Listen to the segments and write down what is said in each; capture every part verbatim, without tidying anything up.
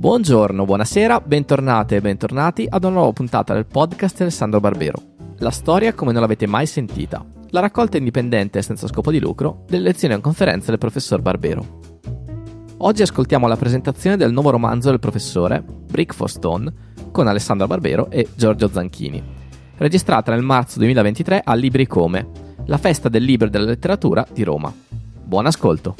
Buongiorno, buonasera, bentornate e bentornati ad una nuova puntata del podcast di Alessandro Barbero. La storia come non l'avete mai sentita. La raccolta indipendente e senza scopo di lucro delle lezioni e conferenze del professor Barbero. Oggi ascoltiamo la presentazione del nuovo romanzo del professore, Brick for Stone, con Alessandro Barbero e Giorgio Zanchini, registrata nel marzo duemilaventitré a Libri Come, la festa del libro e della letteratura di Roma. Buon ascolto!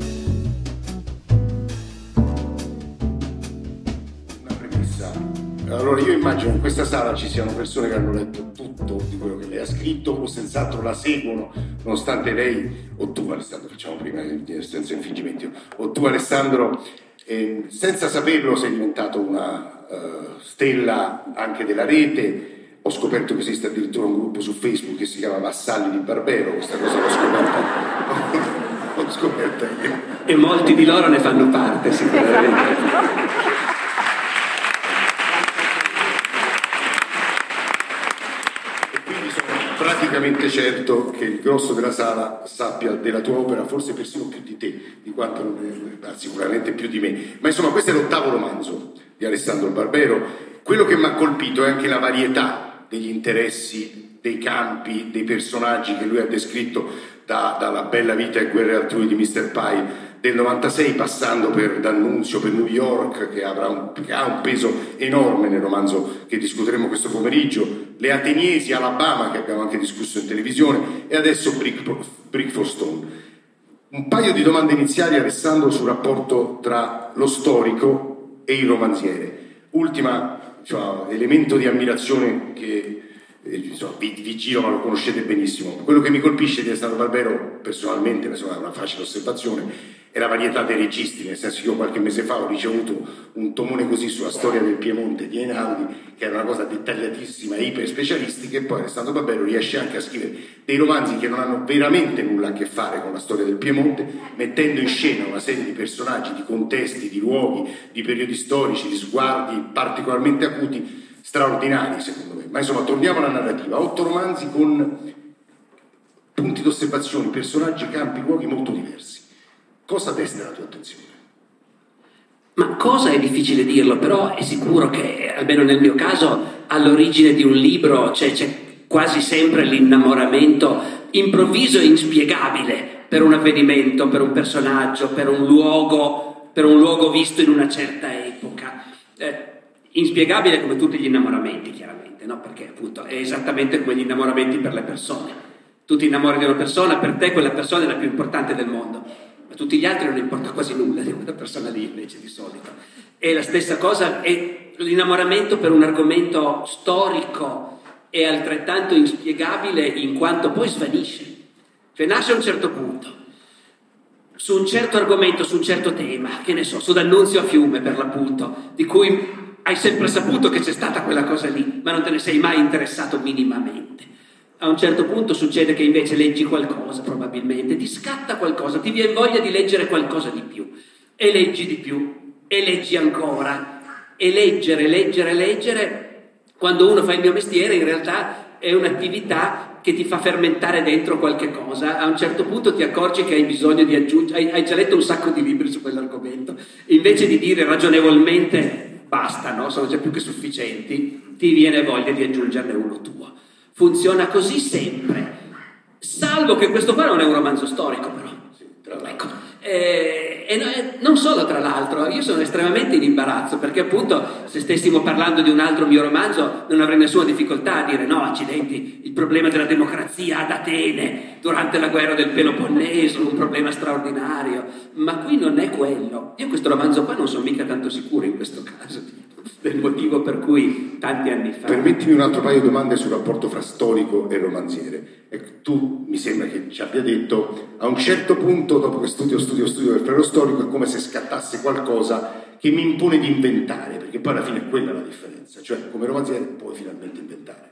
Allora io immagino che in questa sala ci siano persone che hanno letto tutto di quello che lei ha scritto o senz'altro la seguono, nonostante lei, o tu Alessandro, facciamo prima senza infingimenti, o tu Alessandro, eh, senza saperlo sei diventato una uh, stella anche della rete. Ho scoperto che esiste addirittura un gruppo su Facebook che si chiama Vassalli di Barbero, questa cosa l'ho scoperta. L'ho scoperta io. E molti di loro ne fanno parte sicuramente. Praticamente certo che il grosso della sala sappia della tua opera, forse persino più di te, di quanto non è, sicuramente più di me. Ma insomma, questo è l'ottavo romanzo di Alessandro Barbero. Quello che mi ha colpito è anche la varietà degli interessi, dei campi, dei personaggi che lui ha descritto, da, dalla Bella vita e guerre altrui di mister Pye del novantasei, passando per D'Annunzio, per New York, che, avrà un, che ha un peso enorme nel romanzo che discuteremo questo pomeriggio, le Ateniesi, Alabama, che abbiamo anche discusso in televisione, e adesso Brick, Brick for Stone. Un paio di domande iniziali, Alessandro, sul rapporto tra lo storico e il romanziere. Ultima, cioè, elemento di ammirazione che eh, insomma, vi, vi giro, ma lo conoscete benissimo. Quello che mi colpisce di Alessandro Barbero, personalmente, insomma, è una facile osservazione, è la varietà dei registi, nel senso che io qualche mese fa ho ricevuto un tomone così sulla storia del Piemonte di Einaudi, che era una cosa dettagliatissima e iper specialistica, e poi Alessandro Barbero riesce anche a scrivere dei romanzi che non hanno veramente nulla a che fare con la storia del Piemonte, mettendo in scena una serie di personaggi, di contesti, di luoghi, di periodi storici, di sguardi particolarmente acuti, straordinari secondo me. Ma insomma, torniamo alla narrativa. Otto romanzi con punti d'osservazione, personaggi, campi, luoghi molto diversi. Cosa desta la tua attenzione? Ma cosa è difficile dirlo, però è sicuro che, almeno nel mio caso, all'origine di un libro c'è, c'è quasi sempre l'innamoramento improvviso e inspiegabile per un avvenimento, per un personaggio, per un luogo, per un luogo visto in una certa epoca. Eh, inspiegabile come tutti gli innamoramenti, chiaramente, no? Perché appunto è esattamente come gli innamoramenti per le persone. Tu ti innamori di una persona, per te quella persona è la più importante del mondo. A tutti gli altri non importa quasi nulla di quella persona lì, invece, di solito. E la stessa cosa è l'innamoramento per un argomento storico, è altrettanto inspiegabile in quanto poi svanisce. Cioè nasce a un certo punto, su un certo argomento, su un certo tema, che ne so, su D'Annunzio a Fiume per l'appunto, di cui hai sempre saputo che c'è stata quella cosa lì, ma non te ne sei mai interessato minimamente. A un certo punto succede che invece leggi qualcosa, probabilmente, ti scatta qualcosa, ti viene voglia di leggere qualcosa di più, e leggi di più, e leggi ancora, e leggere, leggere, leggere, quando uno fa il mio mestiere, in realtà è un'attività che ti fa fermentare dentro qualche cosa. A un certo punto ti accorgi che hai bisogno di aggiungere, hai, hai già letto un sacco di libri su quell'argomento, invece di dire ragionevolmente basta, no? Sono già più che sufficienti, ti viene voglia di aggiungerne uno tuo. Funziona così sempre, salvo che questo qua non è un romanzo storico, però. Sì, tra l'altro. Ecco. E, e non solo tra l'altro, io sono estremamente in imbarazzo, perché appunto se stessimo parlando di un altro mio romanzo non avrei nessuna difficoltà a dire no, accidenti, il problema della democrazia ad Atene durante la guerra del Peloponneso, un problema straordinario, ma qui non è quello. Io questo romanzo qua non sono mica tanto sicuro in questo caso del motivo per cui tanti anni fa. Permettimi un altro paio di domande sul rapporto fra storico e romanziere. Ecco, tu mi sembra che ci abbia detto a un certo punto, dopo che studio studio studio del frelo storico, è come se scattasse qualcosa che mi impone di inventare, perché poi alla fine è quella la differenza, cioè come romanziere puoi finalmente inventare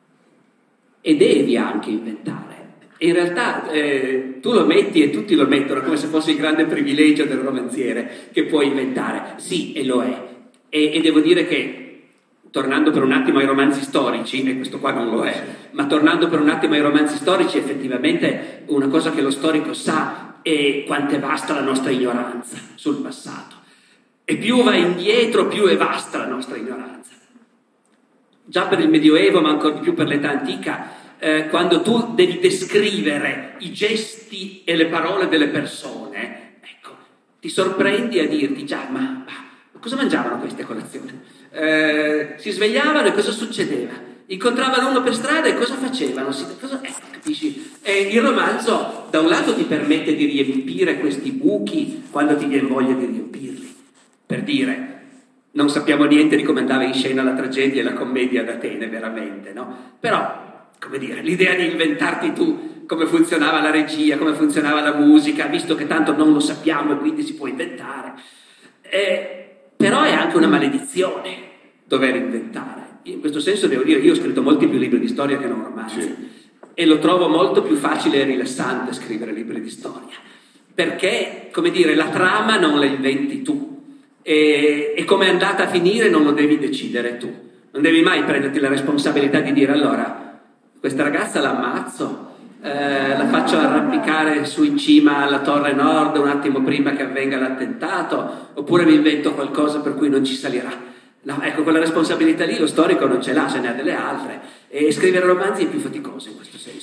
e devi anche inventare. E in realtà eh, tu lo metti e tutti lo mettono come se fosse il grande privilegio del romanziere che puoi inventare. Sì, e lo è. E, e devo dire che, tornando per un attimo ai romanzi storici, e questo qua non lo è, ma tornando per un attimo ai romanzi storici, effettivamente una cosa che lo storico sa è quanto è vasta la nostra ignoranza sul passato. E più va indietro, più è vasta la nostra ignoranza. Già per il Medioevo, ma ancora di più per l'età antica, eh, quando tu devi descrivere i gesti e le parole delle persone, ecco, ti sorprendi a dirti già, ma, ma cosa mangiavano queste a colazione? Eh, si svegliavano e cosa succedeva? Incontravano uno per strada e cosa facevano? Si, cosa, eh, capisci? E il romanzo da un lato ti permette di riempire questi buchi quando ti viene voglia di riempirli. Per dire, non sappiamo niente di come andava in scena la tragedia e la commedia d'Atene, veramente, no? Però, come dire, l'idea di inventarti tu come funzionava la regia, come funzionava la musica, visto che tanto non lo sappiamo e quindi si può inventare. Eh, però è anche una maledizione dover inventare. In questo senso devo dire, io ho scritto molti più libri di storia che non romanzi, sì. E lo trovo molto più facile e rilassante scrivere libri di storia, perché, come dire, la trama non la inventi tu. E, e come è andata a finire non lo devi decidere tu, non devi mai prenderti la responsabilità di dire allora questa ragazza l'ammazzo, eh, la faccio arrampicare su in cima alla torre nord un attimo prima che avvenga l'attentato, oppure mi invento qualcosa per cui non ci salirà. No, ecco, quella responsabilità lì lo storico non ce l'ha, ce ne ha delle altre, e scrivere romanzi è più faticoso in questo senso.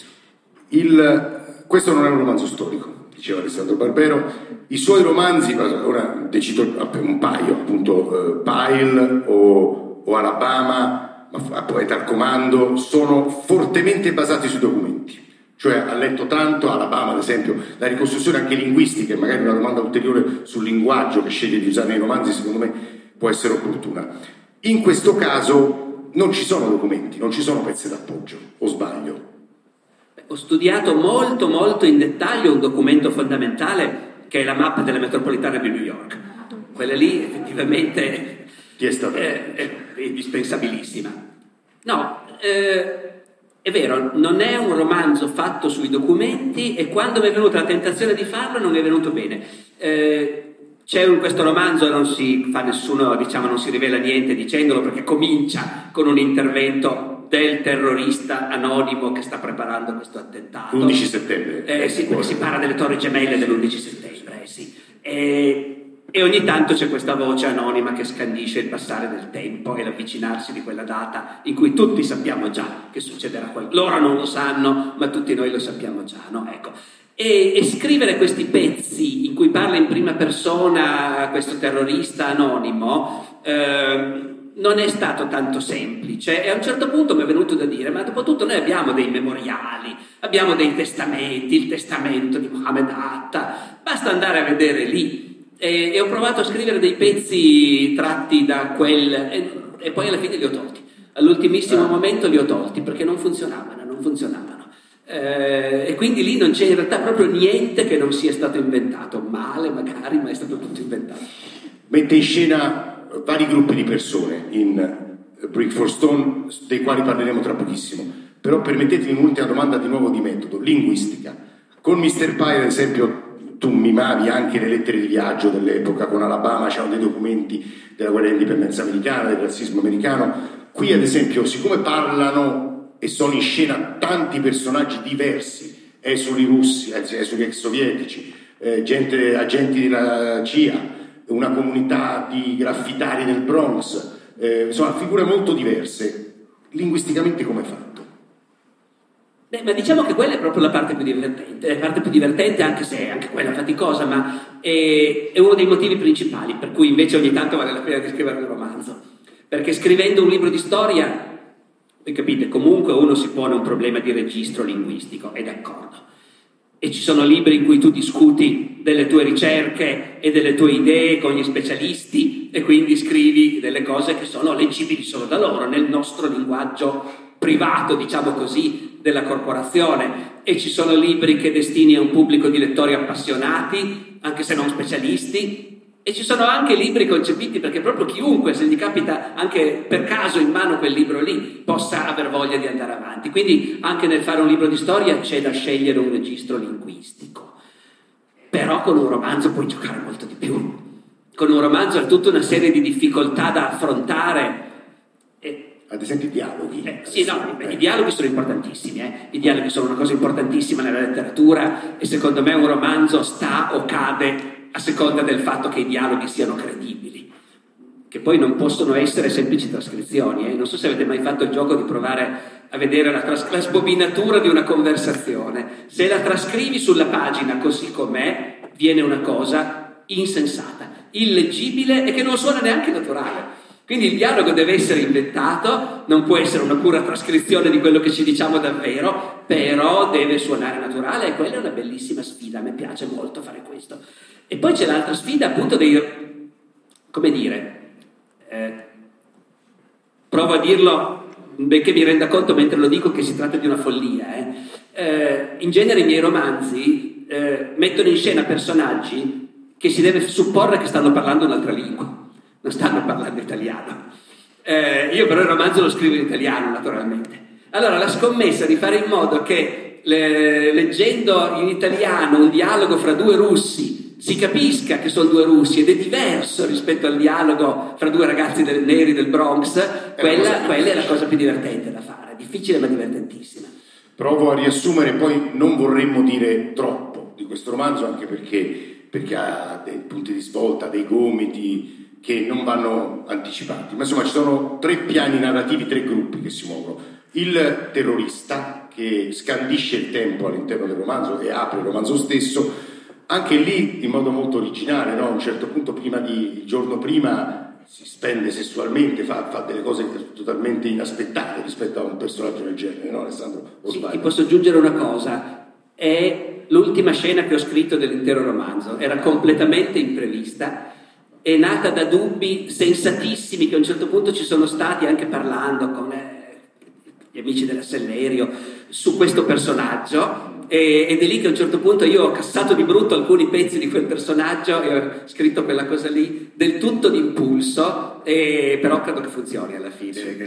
Il, questo non è un romanzo storico, diceva Alessandro Barbero. I suoi romanzi, ora ne cito un paio, appunto, eh, Pyle o, o Alabama, ma Poeta al comando, sono fortemente basati sui documenti. Cioè ha letto tanto, Alabama ad esempio, la ricostruzione anche linguistica, e magari una domanda ulteriore sul linguaggio che sceglie di usare nei romanzi, secondo me può essere opportuna. In questo caso non ci sono documenti, non ci sono pezzi d'appoggio, o sbaglio? Ho studiato molto molto in dettaglio un documento fondamentale che è la mappa della metropolitana di New York. Quella lì effettivamente Ti è, stata... è, è indispensabilissima. No, eh, è vero, non è un romanzo fatto sui documenti, e quando mi è venuta la tentazione di farlo non mi è venuto bene. Eh, c'è in questo romanzo, non si fa nessuno, diciamo, non si rivela niente dicendolo, perché comincia con un intervento del terrorista anonimo che sta preparando questo attentato. l'undici settembre. Eh, sì, perché si parla delle torri gemelle dell'undici settembre, eh, sì. E, e ogni tanto c'è questa voce anonima che scandisce il passare del tempo e l'avvicinarsi di quella data in cui tutti sappiamo già che succederà qualcosa. Loro non lo sanno, ma tutti noi lo sappiamo già, no? Ecco. E, e scrivere questi pezzi in cui parla in prima persona questo terrorista anonimo eh, non è stato tanto semplice, e a un certo punto mi è venuto da dire, ma dopo tutto noi abbiamo dei memoriali, abbiamo dei testamenti, il testamento di Mohammed Atta, basta andare a vedere lì. E, e ho provato a scrivere dei pezzi tratti da quel, e, e poi alla fine li ho tolti, all'ultimissimo ah. momento li ho tolti perché non funzionavano, non funzionavano. Eh, e quindi lì non c'è in realtà proprio niente che non sia stato inventato, male magari, ma è stato tutto inventato. Mette in scena vari gruppi di persone in Brick for Stone, dei quali parleremo tra pochissimo, però permettetemi un'ultima domanda di nuovo di metodo, linguistica. Con mister Pyle, ad esempio, tu mimavi anche le lettere di viaggio dell'epoca, con Alabama c'erano dei documenti della guerra di indipendenza americana, del razzismo americano. Qui ad esempio, siccome parlano e sono in scena tanti personaggi diversi, esuli russi, esuli ex sovietici, eh, gente, agenti della C I A, una comunità di graffitari del Bronx, eh, insomma figure molto diverse, linguisticamente come è fatto? Beh, ma diciamo che quella è proprio la parte più divertente, la parte più divertente anche se è anche quella faticosa, ma è, è uno dei motivi principali per cui invece ogni tanto vale la pena di scrivere un romanzo, perché scrivendo un libro di storia, voi capite, comunque uno si pone un problema di registro linguistico, è d'accordo. E ci sono libri in cui tu discuti delle tue ricerche e delle tue idee con gli specialisti e quindi scrivi delle cose che sono leggibili solo da loro, nel nostro linguaggio privato, diciamo così, della corporazione. E ci sono libri che destini a un pubblico di lettori appassionati, anche se non specialisti. E ci sono anche libri concepiti perché proprio chiunque, se gli capita anche per caso in mano quel libro lì, possa aver voglia di andare avanti. Quindi anche nel fare un libro di storia c'è da scegliere un registro linguistico. Però con un romanzo puoi giocare molto di più. Con un romanzo hai tutta una serie di difficoltà da affrontare. E, ad esempio i dialoghi. Eh, sì, no, i dialoghi sono importantissimi. Eh. I dialoghi sono una cosa importantissima nella letteratura e secondo me un romanzo sta o cade a seconda del fatto che i dialoghi siano credibili. che poi non possono essere semplici trascrizioni. Eh? Non so se avete mai fatto il gioco di provare a vedere la, tras- la sbobinatura di una conversazione. Se la trascrivi sulla pagina così com'è, viene una cosa insensata, illeggibile e che non suona neanche naturale. Quindi il dialogo deve essere inventato, non può essere una pura trascrizione di quello che ci diciamo davvero, però deve suonare naturale, e quella è una bellissima sfida, a me piace molto fare questo. E poi c'è l'altra sfida appunto dei, come dire, eh, provo a dirlo benché mi renda conto mentre lo dico che si tratta di una follia. Eh. Eh, in genere i miei romanzi eh, mettono in scena personaggi che si deve supporre che stanno parlando un'altra lingua, non stanno parlando italiano. Eh, io però il romanzo lo scrivo in italiano, naturalmente. Allora la scommessa di fare in modo che le, leggendo in italiano un dialogo fra due russi si capisca che sono due russi ed è diverso rispetto al dialogo fra due ragazzi del, neri del Bronx, quella, quella è la cosa più divertente da fare, difficile ma divertentissima. Provo a riassumere, poi non vorremmo dire troppo di questo romanzo, anche perché, perché ha dei punti di svolta, dei gomiti che non vanno anticipati, ma insomma ci sono tre piani narrativi, tre gruppi che si muovono. Il terrorista che scandisce il tempo all'interno del romanzo e apre il romanzo stesso, anche lì in modo molto originale, no? A un certo punto, prima di, il giorno prima si spende sessualmente, fa, fa delle cose totalmente inaspettate rispetto a un personaggio del genere, no Alessandro? Sì, ti posso aggiungere una cosa, è l'ultima scena che ho scritto dell'intero romanzo, era completamente imprevista, è nata da dubbi sensatissimi che a un certo punto ci sono stati anche parlando con eh, gli amici della Sellerio su questo personaggio. Ed è lì che a un certo punto io ho cassato di brutto alcuni pezzi di quel personaggio e ho scritto quella cosa lì del tutto d'impulso, e però credo che funzioni alla fine. Sì.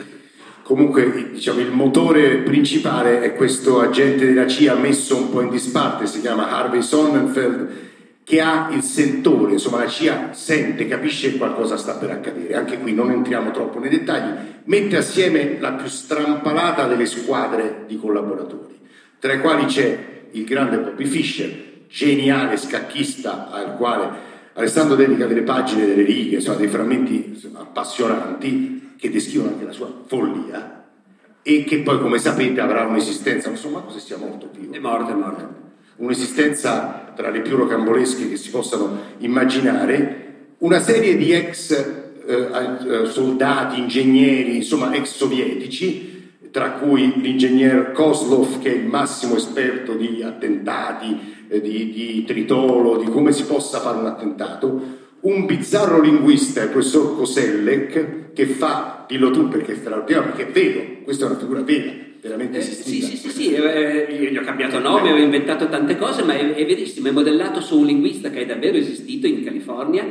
Comunque, diciamo, il motore principale è questo agente della C I A messo un po' in disparte, si chiama Harvey Sonnenfeld, che ha il sentore, insomma la C I A sente, capisce che qualcosa sta per accadere. Anche qui non entriamo troppo nei dettagli, mette assieme la più strampalata delle squadre di collaboratori, tra i quali c'è il grande Bobby Fischer, geniale scacchista al quale Alessandro dedica delle pagine, delle righe, insomma dei frammenti insomma, appassionanti che descrivono anche la sua follia, e che poi, come sapete, avrà un'esistenza, insomma, cosa sia morto vivo. È morto, è morto. Un'esistenza tra le più rocambolesche che si possano immaginare, una serie di ex eh, soldati, ingegneri, insomma ex sovietici, tra cui l'ingegner Kozlov, che è il massimo esperto di attentati, eh, di, di tritolo, di come si possa fare un attentato, un bizzarro linguista, il professor Koselleck, che fa, dillo tu perché è straordinario, perché è vero, questa è una figura vera, veramente esistita. Eh, sì, sì, sì, sì, eh, io gli ho cambiato nome, ho inventato tante cose, ma è, è verissimo, è modellato su un linguista che è davvero esistito in California,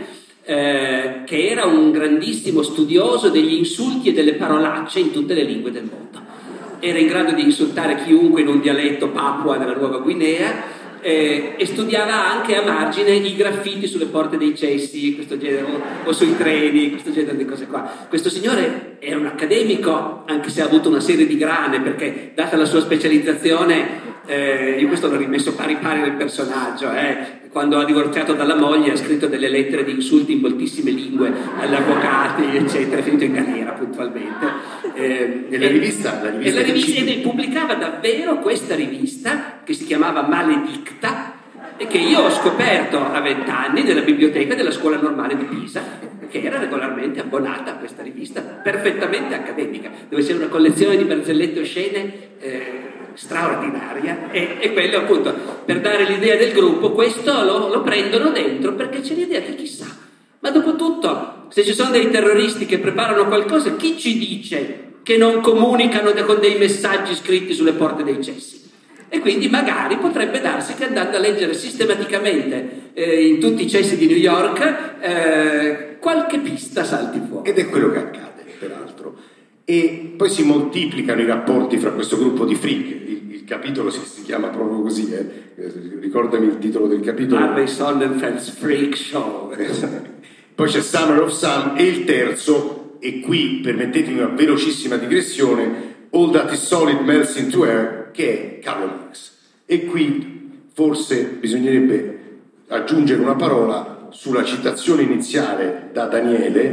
eh, che era un grandissimo studioso degli insulti e delle parolacce in tutte le lingue del mondo. Era in grado di insultare chiunque in un dialetto papua della Nuova Guinea, eh, e studiava anche a margine i graffiti sulle porte dei cessi, questo genere, o, o sui treni, questo genere di cose qua. Questo signore era un accademico, anche se ha avuto una serie di grane, perché data la sua specializzazione, eh, io questo l'ho rimesso pari pari nel personaggio, eh. Quando ha divorziato dalla moglie ha scritto delle lettere di insulti in moltissime lingue agli avvocati, eccetera, è finito in galera puntualmente. Eh, e la rivista, la rivista, e la rivista e pubblicava davvero questa rivista che si chiamava Maledicta, e che io ho scoperto a vent'anni nella biblioteca della scuola normale di Pisa, che era regolarmente abbonata a questa rivista perfettamente accademica, dove c'era una collezione di barzellette oscene eh, straordinaria, e, e quello appunto per dare l'idea del gruppo. Questo lo, lo prendono dentro perché c'è l'idea che chissà, ma dopo tutto, se ci sono dei terroristi che preparano qualcosa, chi ci dice che non comunicano con dei messaggi scritti sulle porte dei cessi? E quindi magari potrebbe darsi che, andando a leggere sistematicamente eh, in tutti i cessi di New York, eh, qualche pista salti fuori. Ed è quello che accade, peraltro. E poi si moltiplicano i rapporti fra questo gruppo di freak. Il, il capitolo si, si chiama proprio così, eh. Ricordami il titolo del capitolo. Harvey Sonnenfeld's Freak Show. Poi c'è Summer of Sam, e il terzo, e qui permettetemi una velocissima digressione, All That Is Solid Melts Into Air, che è Karl Marx. E qui forse bisognerebbe aggiungere una parola sulla citazione iniziale da Daniele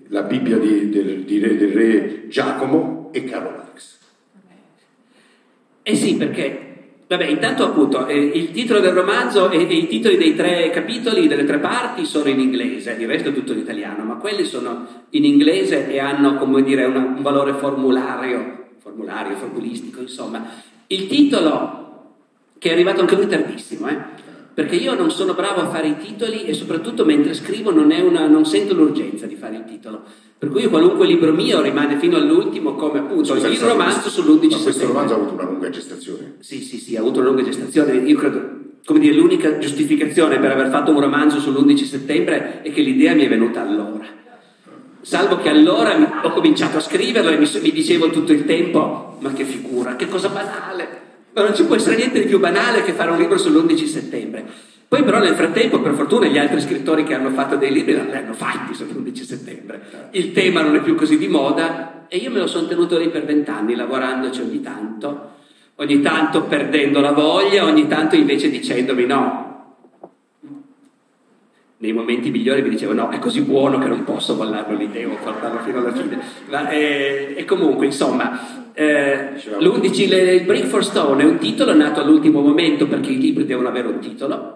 la Bibbia di, del, di re, del re Giacomo e Karl Marx. Eh sì, perché vabbè, intanto appunto eh, il titolo del romanzo e, e i titoli dei tre capitoli, delle tre parti, sono in inglese, il resto è tutto in italiano, ma quelli sono in inglese e hanno, come dire, una, un valore formulario, formulario, formulistico, insomma. Il titolo, che è arrivato anche lui tardissimo, eh, perché io non sono bravo a fare i titoli e soprattutto mentre scrivo non, è una, non sento l'urgenza di fare il titolo. Per cui qualunque libro mio rimane fino all'ultimo come appunto Scusa, il romanzo sull'undici settembre. Ma questo romanzo ha avuto una lunga gestazione? Sì, sì, sì, ha avuto una lunga gestazione. Io credo, come dire, l'unica giustificazione per aver fatto un romanzo sull'undici settembre è che l'idea mi è venuta allora. Salvo che allora mi, ho cominciato a scriverlo e mi, mi dicevo tutto il tempo, ma che figura, che cosa banale. Ma non ci può essere niente di più banale che fare un libro sull'undici settembre. Poi però nel frattempo, per fortuna, gli altri scrittori che hanno fatto dei libri li hanno fatti sull'undici settembre. Il tema non è più così di moda e io me lo sono tenuto lì per vent'anni, lavorandoci ogni tanto, ogni tanto perdendo la voglia, ogni tanto invece dicendomi no. Nei momenti migliori mi dicevo no, è così buono che non posso mollarlo lì, devo portarlo fino alla fine. Ma, eh, e comunque, insomma, eh, l'undici, le, il Brick for Stone è un titolo nato all'ultimo momento perché i libri devono avere un titolo.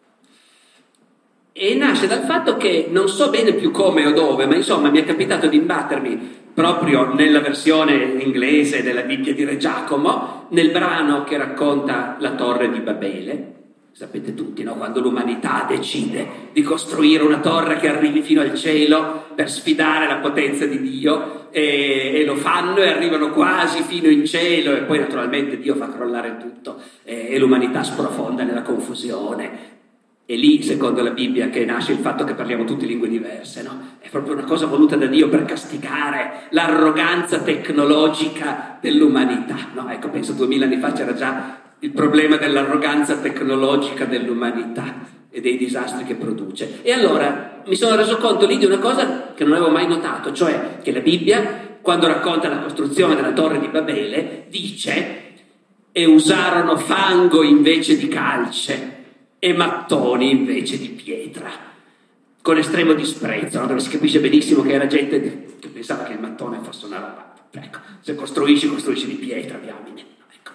E nasce dal fatto che non so bene più come o dove, ma insomma mi è capitato di imbattermi proprio nella versione inglese della Bibbia di Re Giacomo, nel brano che racconta la Torre di Babele. Sapete tutti, no? Quando l'umanità decide di costruire una torre che arrivi fino al cielo per sfidare la potenza di Dio e, e lo fanno e arrivano quasi fino in cielo e poi naturalmente Dio fa crollare tutto e, e l'umanità sprofonda nella confusione. E lì, secondo la Bibbia, che nasce il fatto che parliamo tutte lingue diverse, no? È proprio una cosa voluta da Dio per castigare l'arroganza tecnologica dell'umanità, no? Ecco, penso duemila anni fa c'era già il problema dell'arroganza tecnologica dell'umanità e dei disastri che produce. E allora mi sono reso conto lì di una cosa che non avevo mai notato, cioè che la Bibbia, quando racconta la costruzione della Torre di Babele, dice e usarono fango invece di calce e mattoni invece di pietra, con estremo disprezzo, no? Dove si capisce benissimo che era gente che pensava che il mattone fosse una roba, ecco, se costruisci, costruisci di pietra, diamine, ecco.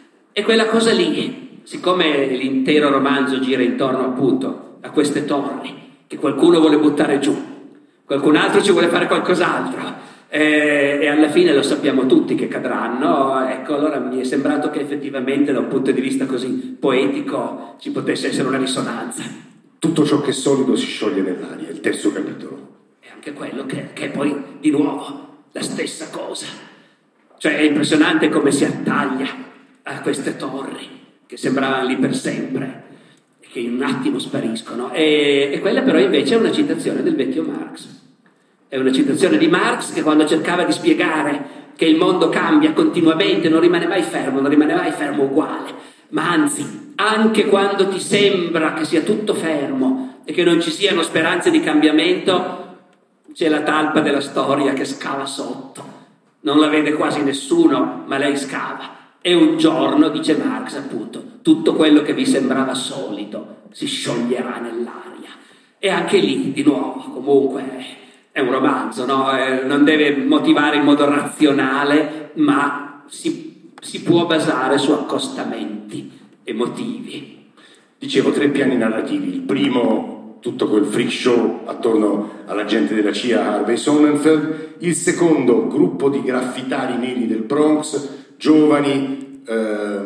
E quella cosa lì, siccome l'intero romanzo gira intorno appunto a queste torri che qualcuno vuole buttare giù, qualcun altro ci vuole fare qualcos'altro, eh, e alla fine lo sappiamo tutti che cadranno, ecco, allora mi è sembrato che effettivamente da un punto di vista così poetico ci potesse essere una risonanza. Tutto ciò che è solido si scioglie nell'aria, il terzo capitolo. E anche quello che, che è poi di nuovo la stessa cosa, cioè è impressionante come si attaglia a queste torri che sembravano lì per sempre e che in un attimo spariscono, e, e quella però invece è una citazione del vecchio Marx. È una citazione di Marx che quando cercava di spiegare che il mondo cambia continuamente, non rimane mai fermo, non rimane mai fermo uguale, ma anzi, anche quando ti sembra che sia tutto fermo e che non ci siano speranze di cambiamento, c'è la talpa della storia che scava sotto. Non la vede quasi nessuno, ma lei scava. E un giorno, dice Marx appunto, tutto quello che vi sembrava solido si scioglierà nell'aria. E anche lì, di nuovo, comunque è un romanzo, no? Eh, non deve motivare in modo razionale, ma si, si può basare su accostamenti emotivi. Dicevo, tre piani narrativi. Il primo, tutto quel freak show attorno all'agente della C I A Harvey Sonnenfeld. Il secondo, gruppo di graffitari neri del Bronx, giovani, eh,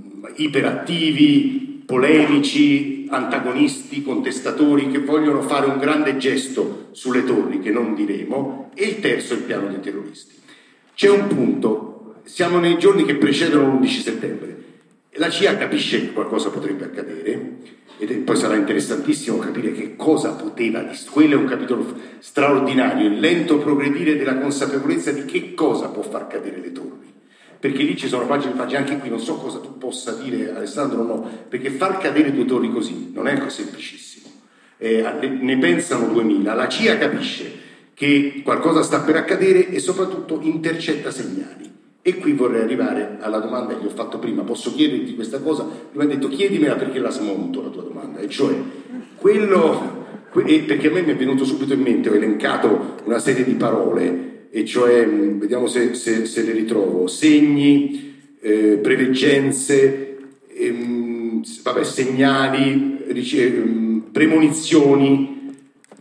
iperattivi, polemici, antagonisti, contestatori che vogliono fare un grande gesto sulle torri che non diremo, e il terzo è il piano dei terroristi. C'è un punto, siamo nei giorni che precedono l'undici settembre, la C I A capisce che qualcosa potrebbe accadere e poi sarà interessantissimo capire che cosa poteva, quello è un capitolo straordinario, il lento progredire della consapevolezza di che cosa può far cadere le torri. Perché lì ci sono pagine e pagine, anche qui non so cosa tu possa dire, Alessandro, no, perché far cadere due torri così non è semplicissimo, eh, ne pensano duemila, la C I A capisce che qualcosa sta per accadere e soprattutto intercetta segnali. E qui vorrei arrivare alla domanda che gli ho fatto prima, posso chiederti questa cosa? Lui mi ha detto chiedimela perché la smonto la tua domanda, e cioè quello e perché a me mi è venuto subito in mente, ho elencato una serie di parole, e cioè, vediamo se, se, se le ritrovo, segni, eh, preveggenze, ehm, vabbè, segnali, ric- premonizioni,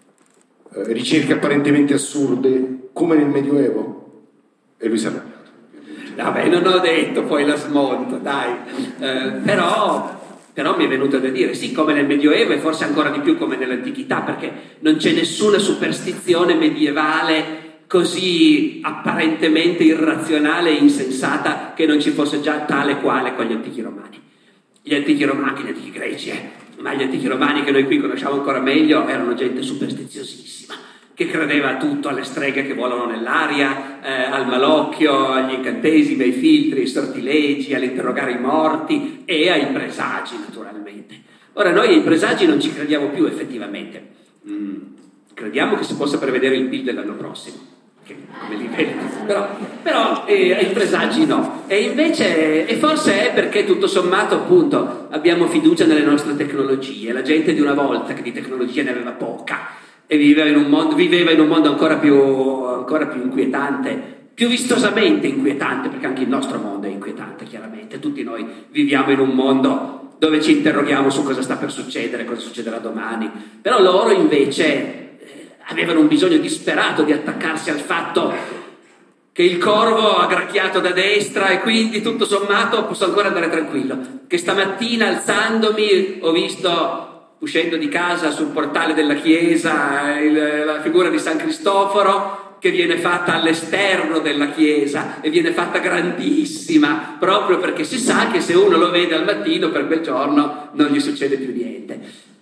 eh, ricerche apparentemente assurde, come nel Medioevo. E lui si è arrabbiato. Vabbè, non ho detto, poi la smonto, dai. Eh, però... Però mi è venuto da dire, sì, come nel Medioevo e forse ancora di più come nell'antichità, perché non c'è nessuna superstizione medievale così apparentemente irrazionale e insensata che non ci fosse già tale quale con gli antichi romani. Gli antichi romani, gli antichi greci, eh, ma gli antichi romani che noi qui conosciamo ancora meglio erano gente superstiziosissima, che credeva a tutto, alle streghe che volano nell'aria, eh, al malocchio, agli incantesimi, ai filtri, ai sortilegi, all'interrogare i morti e ai presagi, naturalmente. Ora, noi ai presagi non ci crediamo più, effettivamente. Mm, crediamo che si possa prevedere il P I L dell'anno prossimo, che come li vedo. Però, però eh, ai presagi no. E invece, e forse è perché tutto sommato, appunto, abbiamo fiducia nelle nostre tecnologie. La gente di una volta, che di tecnologia ne aveva poca, e viveva in un mondo, viveva in un mondo ancora più, ancora più inquietante, più vistosamente inquietante, perché anche il nostro mondo è inquietante, chiaramente. Tutti noi viviamo in un mondo dove ci interroghiamo su cosa sta per succedere, cosa succederà domani. Però loro invece eh, avevano un bisogno disperato di attaccarsi al fatto che il corvo ha gracchiato da destra e quindi tutto sommato posso ancora andare tranquillo, che stamattina alzandomi ho visto, uscendo di casa sul portale della chiesa, il, la figura di San Cristoforo che viene fatta all'esterno della chiesa e viene fatta grandissima, proprio perché si sa che se uno lo vede al mattino per quel giorno non gli succede più niente.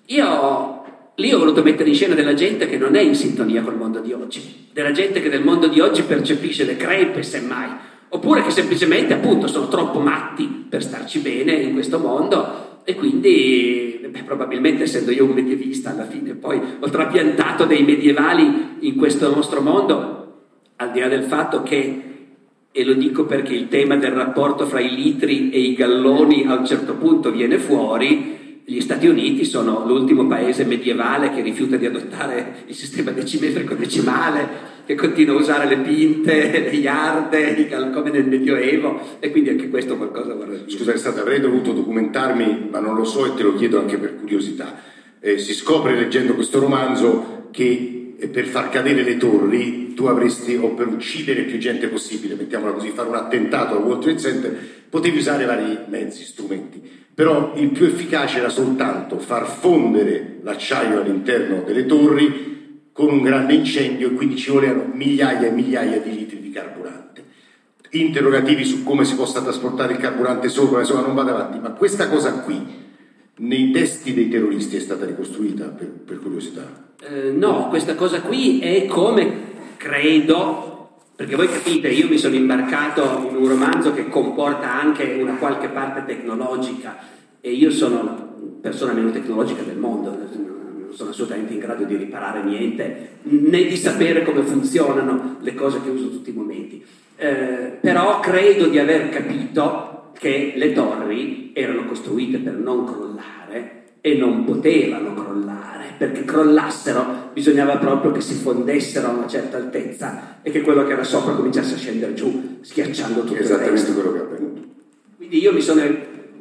Io lì ho voluto mettere in scena della gente che non è in sintonia col mondo di oggi, della gente che del mondo di oggi percepisce le crepe, semmai, oppure che semplicemente appunto sono troppo matti per starci bene in questo mondo. E quindi, beh, probabilmente essendo io un medievista alla fine, poi ho trapiantato dei medievali in questo nostro mondo, al di là del fatto che, e lo dico perché il tema del rapporto fra i litri e i galloni a un certo punto viene fuori, gli Stati Uniti sono l'ultimo paese medievale che rifiuta di adottare il sistema decimetrico decimale, che continua a usare le pinte, le iarde, come nel Medioevo, e quindi anche questo qualcosa vorrà dire. Scusa, è stato, avrei dovuto documentarmi, ma non lo so e te lo chiedo anche per curiosità. Eh, si scopre leggendo questo romanzo che eh, per far cadere le torri tu avresti, o per uccidere più gente possibile, mettiamola così, fare un attentato al World Trade Center, potevi usare vari mezzi, strumenti, però il più efficace era soltanto far fondere l'acciaio all'interno delle torri con un grande incendio, e quindi ci volevano migliaia e migliaia di litri di carburante. Interrogativi su come si possa trasportare il carburante sopra, insomma non vado avanti, ma questa cosa qui nei testi dei terroristi è stata ricostruita, per, per curiosità? Eh, no, questa cosa qui è come, credo, perché voi capite, io mi sono imbarcato in un romanzo che comporta anche una qualche parte tecnologica, e io sono la persona meno tecnologica del mondo, non sono assolutamente in grado di riparare niente, né di sapere come funzionano le cose che uso tutti i momenti. Eh, però credo di aver capito che le torri erano costruite per non crollare e non potevano crollare, perché crollassero bisognava proprio che si fondessero a una certa altezza e che quello che era sopra cominciasse a scendere giù, schiacciando tutto il resto. Esattamente quello che è avvenuto. Quindi io mi sono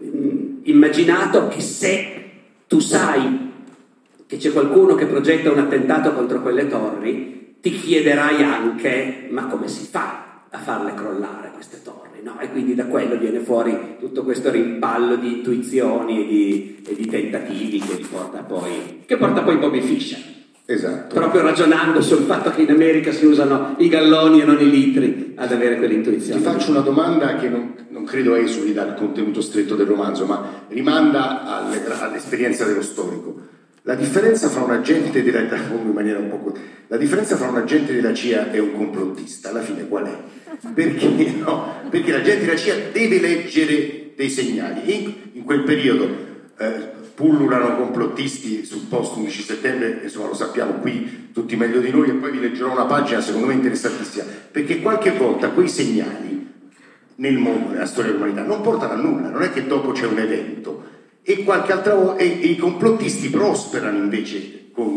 immaginato che se tu sai che c'è qualcuno che progetta un attentato contro quelle torri, ti chiederai anche ma come si fa a farle crollare queste torri, no? E quindi da quello viene fuori tutto questo rimpallo di intuizioni e di, e di tentativi che porta poi che porta poi Bobby Fischer. Esatto. Proprio ragionando sul fatto che in America si usano i galloni e non i litri ad avere quell'intuizione. Ti faccio una domanda che non, non credo esuli dal contenuto stretto del romanzo, ma rimanda alle, all'esperienza dello storico. La differenza fra un agente della in maniera un po' la differenza fra un agente della C I A e un complottista alla fine qual è? Perché no? Perché l'agente della C I A deve leggere dei segnali. In, in quel periodo eh, pullulano complottisti sul post undici settembre, insomma lo sappiamo qui tutti meglio di noi, e poi vi leggerò una pagina secondo me interessantissima, perché qualche volta quei segnali nel mondo, nella storia dell'umanità, non portano a nulla, non è che dopo c'è un evento. E qualche altra volta e, e i complottisti prosperano invece con, in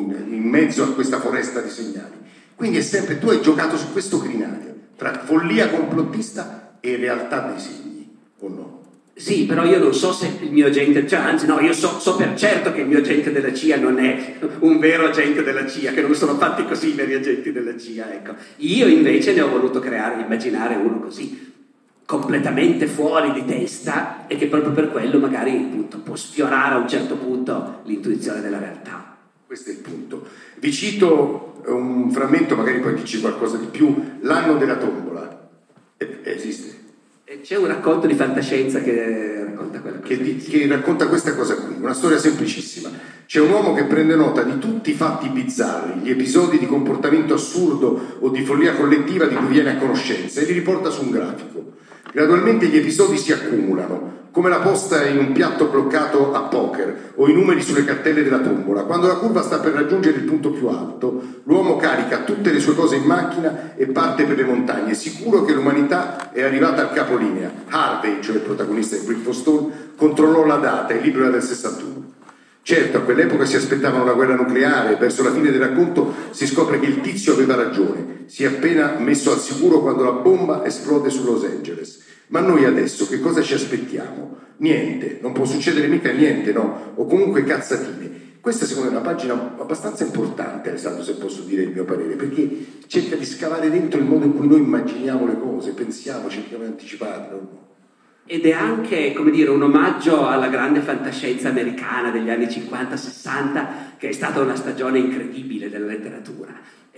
in mezzo a questa foresta di segnali. Quindi è sempre, tu hai giocato su questo crinale tra follia complottista e realtà dei segni, o no? Sì, però io non so se il mio agente, cioè anzi no, io so, so per certo che il mio agente della C I A non è un vero agente della C I A, che non sono fatti così i veri agenti della C I A, ecco. Io invece ne ho voluto creare, immaginare uno così, completamente fuori di testa, e che proprio per quello magari appunto può sfiorare a un certo punto l'intuizione della realtà. Questo è il punto. Vi cito un frammento, magari poi dici qualcosa di più, L'anno della tombola. Eh, esiste? C'è un racconto di fantascienza che racconta quella cosa. Che, di, che racconta questa cosa qui, una storia semplicissima. C'è un uomo che prende nota di tutti i fatti bizzarri, gli episodi di comportamento assurdo o di follia collettiva di cui viene a conoscenza, e li riporta su un grafico. Gradualmente gli episodi si accumulano, come la posta in un piatto bloccato a poker o i numeri sulle cartelle della tombola. Quando la curva sta per raggiungere il punto più alto, l'uomo carica tutte le sue cose in macchina e parte per le montagne, sicuro che l'umanità è arrivata al capolinea. Harvey, cioè il protagonista di Brick for Stone, controllò la data, il libro era del sessantuno. Certo, a quell'epoca si aspettavano la guerra nucleare e verso la fine del racconto si scopre che il tizio aveva ragione. Si è appena messo al sicuro quando la bomba esplode su Los Angeles. Ma noi adesso che cosa ci aspettiamo? Niente, non può succedere mica niente, no? O comunque cazzatine. Questa secondo me è una pagina abbastanza importante, Alessandro, se posso dire il mio parere, perché cerca di scavare dentro il modo in cui noi immaginiamo le cose, pensiamo, cerchiamo di anticiparle, no? Ed è anche, come dire, un omaggio alla grande fantascienza americana degli anni cinquanta sessanta, che è stata una stagione incredibile della letteratura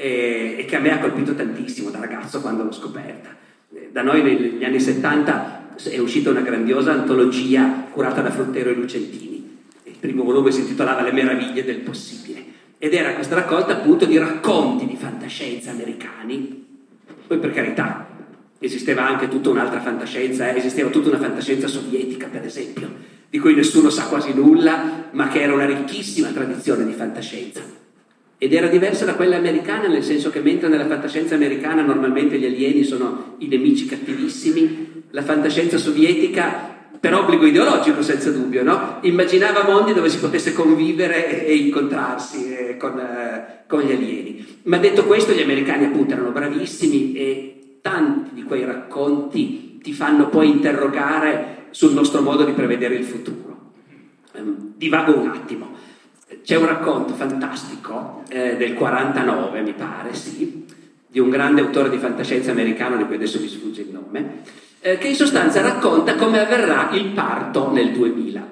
e, e che a me ha colpito tantissimo da ragazzo quando l'ho scoperta. Da noi negli anni settanta è uscita una grandiosa antologia curata da Fruttero e Lucentini. Il primo volume si intitolava Le meraviglie del possibile ed era questa raccolta appunto di racconti di fantascienza americani. Poi, per carità, esisteva anche tutta un'altra fantascienza, eh? esisteva tutta una fantascienza sovietica, per esempio, di cui nessuno sa quasi nulla, ma che era una ricchissima tradizione di fantascienza. Ed era diversa da quella americana, nel senso che mentre nella fantascienza americana normalmente gli alieni sono i nemici cattivissimi, la fantascienza sovietica, per obbligo ideologico senza dubbio, no? immaginava mondi dove si potesse convivere e incontrarsi eh, con, eh, con gli alieni. Ma detto questo, gli americani appunto erano bravissimi e tanti di quei racconti ti fanno poi interrogare sul nostro modo di prevedere il futuro. Um, divago un attimo. C'è un racconto fantastico eh, del quarantanove, mi pare, sì, di un grande autore di fantascienza americano, di cui adesso mi sfugge il nome, eh, che in sostanza racconta come avverrà il parto nel duemila.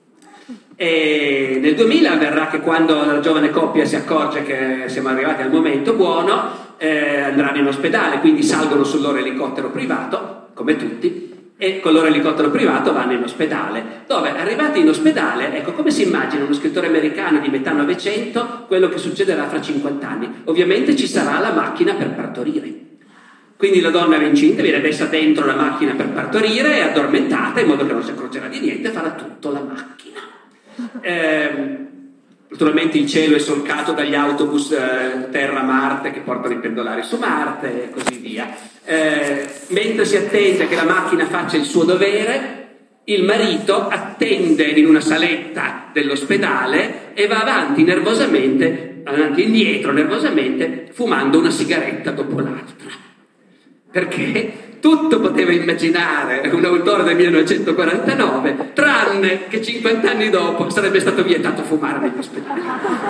E nel duemila avverrà che quando la giovane coppia si accorge che siamo arrivati al momento buono, eh, andranno in ospedale, quindi salgono sul loro elicottero privato, come tutti, e con il loro elicottero privato vanno in ospedale, dove arrivati in ospedale, ecco come si immagina uno scrittore americano di metà Novecento quello che succederà fra cinquanta anni. Ovviamente ci sarà la macchina per partorire. Quindi la donna era incinta, viene messa dentro la macchina per partorire, è addormentata in modo che non si accorgerà di niente, farà tutto la macchina. Eh, naturalmente il cielo è solcato dagli autobus eh, Terra-Marte che portano i pendolari su Marte e così via. Eh, mentre si attende che la macchina faccia il suo dovere, il marito attende in una saletta dell'ospedale e va avanti nervosamente, avanti e indietro nervosamente, fumando una sigaretta dopo l'altra. Perché tutto poteva immaginare un autore del millenovecentoquarantanove, tranne che cinquanta anni dopo sarebbe stato vietato fumare negli ospedali.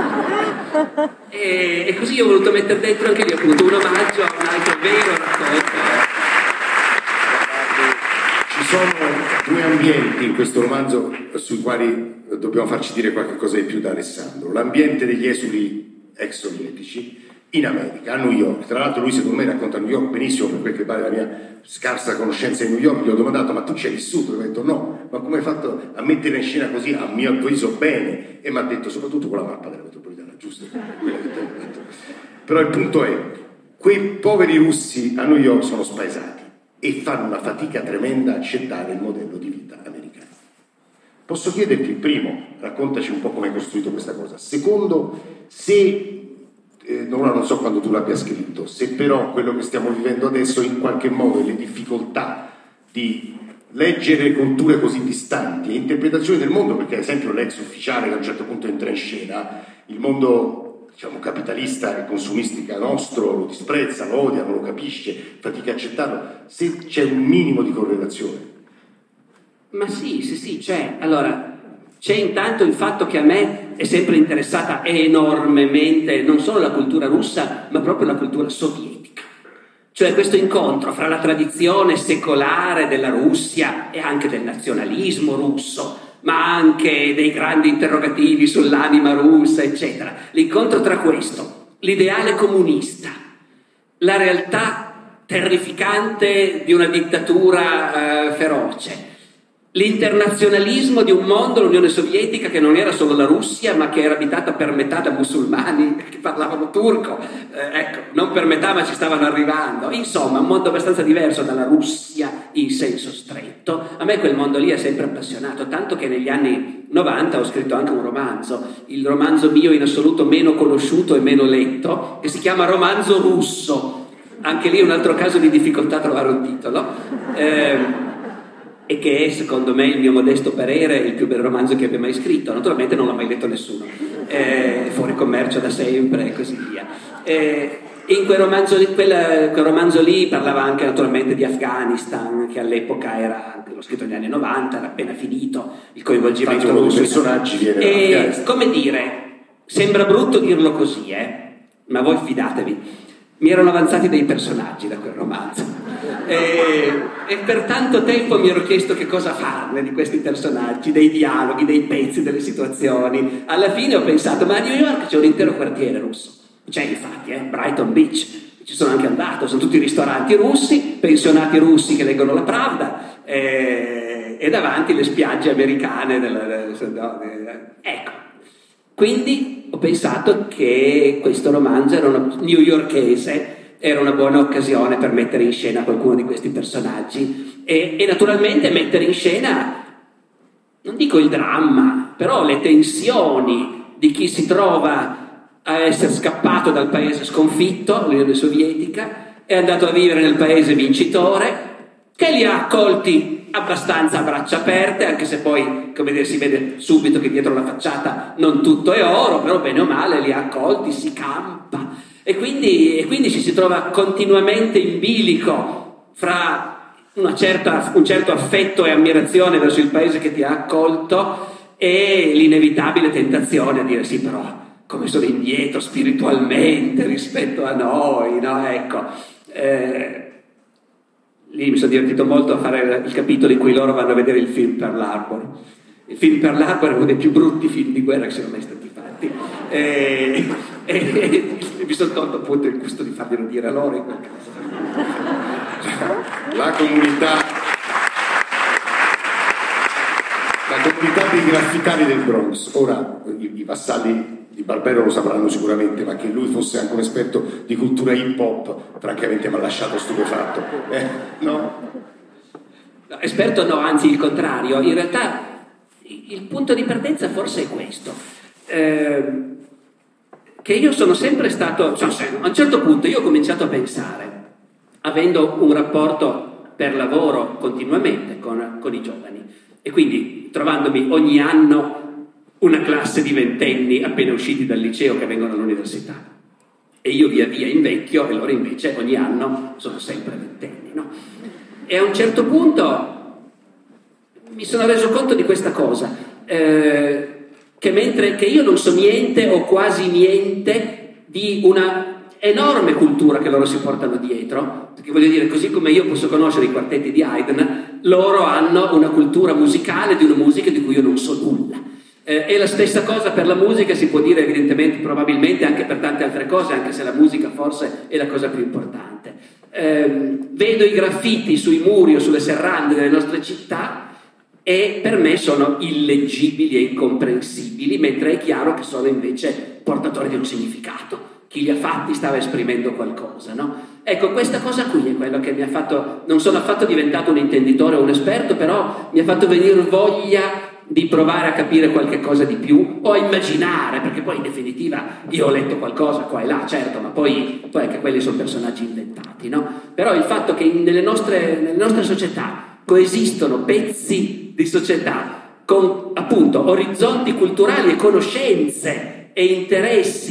E, e così ho voluto mettere dentro anche lì appunto un omaggio a un altro vero racconto. Ci sono due ambienti in questo romanzo sui quali dobbiamo farci dire qualche cosa di più da Alessandro. L'ambiente degli esuli ex sovietici in America, a New York. Tra l'altro lui secondo me racconta New York benissimo, per quel che vale la mia scarsa conoscenza di New York. Gli ho domandato: ma tu ci hai vissuto? E mi ha detto no, ma come hai fatto a mettere in scena così, a mio avviso, bene? E mi ha detto soprattutto con la mappa della metropolitana, giusto? Però il punto è, quei poveri russi a New York sono spaesati e fanno una fatica tremenda a accettare il modello di vita americano. Posso chiederti, primo, raccontaci un po' come hai costruito questa cosa. Secondo, se Eh, ora non so quando tu l'abbia scritto, se però quello che stiamo vivendo adesso in qualche modo le difficoltà di leggere culture così distanti e interpretazioni del mondo, perché ad esempio l'ex ufficiale che a un certo punto entra in scena, il mondo diciamo, capitalista e consumistica nostro lo disprezza, lo odia, non lo capisce, fatica a accettarlo, se c'è un minimo di correlazione. Ma sì, sì, sì, c'è. Allora, c'è intanto il fatto che a me è sempre interessata enormemente non solo la cultura russa, ma proprio la cultura sovietica. Cioè questo incontro fra la tradizione secolare della Russia e anche del nazionalismo russo, ma anche dei grandi interrogativi sull'anima russa, eccetera. L'incontro tra questo, l'ideale comunista, la realtà terrificante di una dittatura eh, feroce, l'internazionalismo di un mondo, l'Unione Sovietica, che non era solo la Russia, ma che era abitata per metà da musulmani che parlavano turco, eh, ecco, non per metà, ma ci stavano arrivando. Insomma, un mondo abbastanza diverso dalla Russia in senso stretto. A me quel mondo lì è sempre appassionato, tanto che negli anni novanta ho scritto anche un romanzo, il romanzo mio in assoluto meno conosciuto e meno letto, che si chiama Romanzo russo. Anche lì un altro caso di difficoltà a trovare un titolo. Eh, e che è, secondo me, il mio modesto parere, il più bel romanzo che abbia mai scritto. Naturalmente non l'ha mai letto nessuno, è fuori commercio da sempre e così via. E in quel romanzo, lì, quel, quel romanzo lì parlava anche naturalmente di Afghanistan, che all'epoca era, l'ho scritto negli anni novanta, era appena finito, il coinvolgimento russo. personaggi viene e, come dire, sembra brutto dirlo così, eh, ma voi fidatevi, mi erano avanzati dei personaggi da quel romanzo. E, e per tanto tempo mi ero chiesto che cosa farne di questi personaggi, dei dialoghi, dei pezzi, delle situazioni. Alla fine ho pensato, ma a New York c'è un intero quartiere russo, c'è infatti, eh, Brighton Beach, ci sono anche andato, sono tutti ristoranti russi, pensionati russi che leggono la Pravda e, e davanti le spiagge americane della, della, ecco. Quindi ho pensato che questo romanzo era una newyorkese, era una buona occasione per mettere in scena qualcuno di questi personaggi e, e naturalmente mettere in scena, non dico il dramma, però le tensioni di chi si trova a essere scappato dal paese sconfitto, l'Unione Sovietica, è andato a vivere nel paese vincitore, che li ha accolti abbastanza a braccia aperte, anche se poi, come dire, si vede subito che dietro la facciata non tutto è oro, però bene o male li ha accolti, si campa. E quindi, e quindi ci si trova continuamente in bilico fra una certa, un certo affetto e ammirazione verso il paese che ti ha accolto e l'inevitabile tentazione a dire sì, però come sono indietro spiritualmente rispetto a noi, no? Ecco, eh, lì mi sono divertito molto a fare il capitolo in cui loro vanno a vedere il film Pearl Harbor. Il film Pearl Harbor è uno dei più brutti film di guerra che siano mai stati fatti. E, e, e mi sono tolto appunto il gusto di farglielo dire a loro in quel caso. La comunità la comunità dei graffitari del Bronx, ora i, i vassalli di Barbero lo sapranno sicuramente, ma che lui fosse anche un esperto di cultura hip hop francamente mi ha lasciato stupefatto, eh, no? No, esperto no, anzi il contrario. In realtà il punto di partenza forse è questo, eh, che io sono sempre stato, cioè, a un certo punto io ho cominciato a pensare, avendo un rapporto per lavoro continuamente con, con i giovani e quindi trovandomi ogni anno una classe di ventenni appena usciti dal liceo che vengono all'università e io via via invecchio e loro invece ogni anno sono sempre ventenni, no? E a un certo punto mi sono reso conto di questa cosa, eh, che mentre che io non so niente o quasi niente di una enorme cultura che loro si portano dietro, perché voglio dire, così come io posso conoscere i quartetti di Haydn, loro hanno una cultura musicale di una musica di cui io non so nulla. Eh, e la stessa cosa per la musica si può dire evidentemente, probabilmente anche per tante altre cose, anche se la musica forse è la cosa più importante. Eh, vedo i graffiti sui muri o sulle serrande delle nostre città e per me sono illeggibili e incomprensibili, mentre è chiaro che sono invece portatori di un significato. Chi li ha fatti stava esprimendo qualcosa, no? Ecco, questa cosa qui è quello che mi ha fatto, non sono affatto diventato un intenditore o un esperto, però mi ha fatto venire voglia di provare a capire qualche cosa di più o a immaginare, perché poi in definitiva io ho letto qualcosa qua e là, certo, ma poi, poi anche quelli sono personaggi inventati, no? Però il fatto che nelle nostre, nelle nostre società coesistono pezzi di società con appunto orizzonti culturali e conoscenze e interessi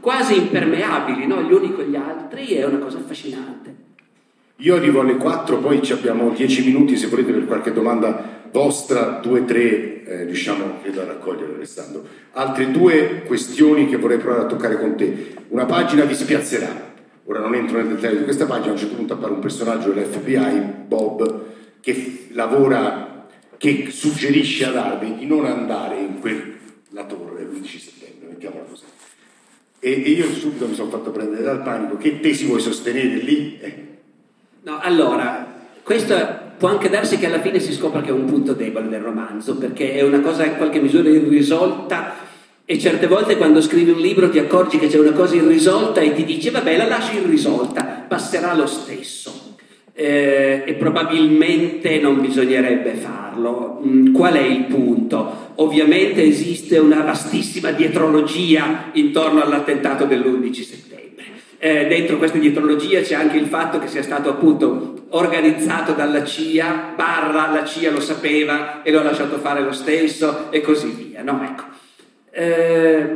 quasi impermeabili, no? Gli uni con gli altri, è una cosa affascinante. Io arrivo alle quattro, poi abbiamo dieci minuti se volete per qualche domanda vostra, due, tre, eh, riusciamo credo a raccogliere, Alessandro. Altre due questioni che vorrei provare a toccare con te. Una pagina vi spiazzerà. Ora non entro nel dettaglio di questa pagina, a un certo punto appare un personaggio dell'F B I, Bob, che lavora, che suggerisce ad Harvey di non andare in quella torre l'undici settembre, mettiamola così. E, e io subito mi sono fatto prendere dal panico. Che tesi vuoi sostenere lì? Eh. No, allora, questo può anche darsi che alla fine si scopra che è un punto debole del romanzo, perché è una cosa in qualche misura irrisolta. E certe volte quando scrivi un libro ti accorgi che c'è una cosa irrisolta e ti dici vabbè, la lasci irrisolta, passerà lo stesso. Eh, e probabilmente non bisognerebbe farlo. Mm, qual è il punto? Ovviamente esiste una vastissima dietrologia intorno all'attentato dell'undici settembre. Eh, dentro questa dietrologia c'è anche il fatto che sia stato appunto organizzato dalla C I A, barra la C I A lo sapeva e lo ha lasciato fare lo stesso e così via, no? Ecco. Eh,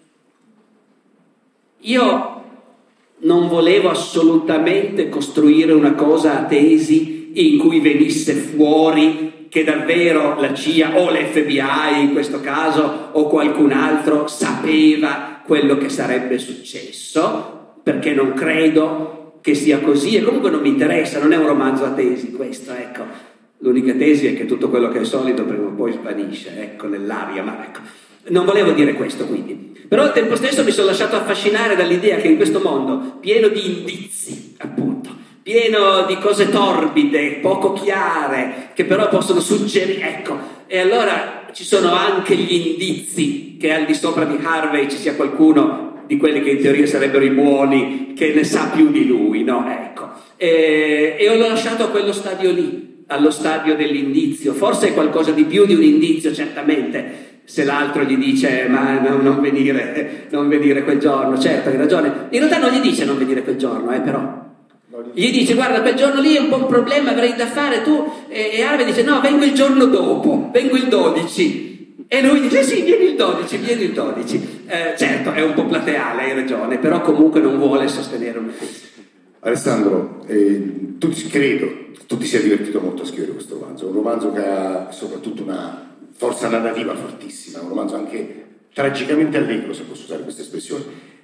io non volevo assolutamente costruire una cosa a tesi in cui venisse fuori che davvero la C I A o l'F B I in questo caso o qualcun altro sapeva quello che sarebbe successo, perché non credo che sia così e comunque non mi interessa, non è un romanzo a tesi questo, ecco. L'unica tesi è che tutto quello che è solido prima o poi svanisce, ecco, nell'aria, ma ecco. Non volevo dire questo, quindi. Però al tempo stesso mi sono lasciato affascinare dall'idea che in questo mondo, pieno di indizi, appunto, pieno di cose torbide, poco chiare, che però possono suggerire, ecco, e allora ci sono anche gli indizi che al di sopra di Harvey ci sia qualcuno di quelli che in teoria sarebbero i buoni, che ne sa più di lui, no? Ecco. E, e ho lasciato a quello stadio lì, allo stadio dell'indizio. Forse è qualcosa di più di un indizio, certamente, se l'altro gli dice ma no, non venire non venire quel giorno, certo, hai ragione, in realtà non gli dice non venire quel giorno, eh, però gli dice guarda quel giorno lì è un po' un problema, avrei da fare tu, e, e Harvey dice no, vengo il giorno dopo, vengo il dodici, e lui dice sì, vieni il dodici, vieni il dodici, eh, certo è un po' plateale, hai ragione, però comunque non vuole sostenere una tesi. Alessandro, eh, tu credo tu ti sia divertito molto a scrivere questo romanzo, un romanzo che ha soprattutto una forza narrativa fortissima, un romanzo anche tragicamente allegro, se posso usare questa espressione.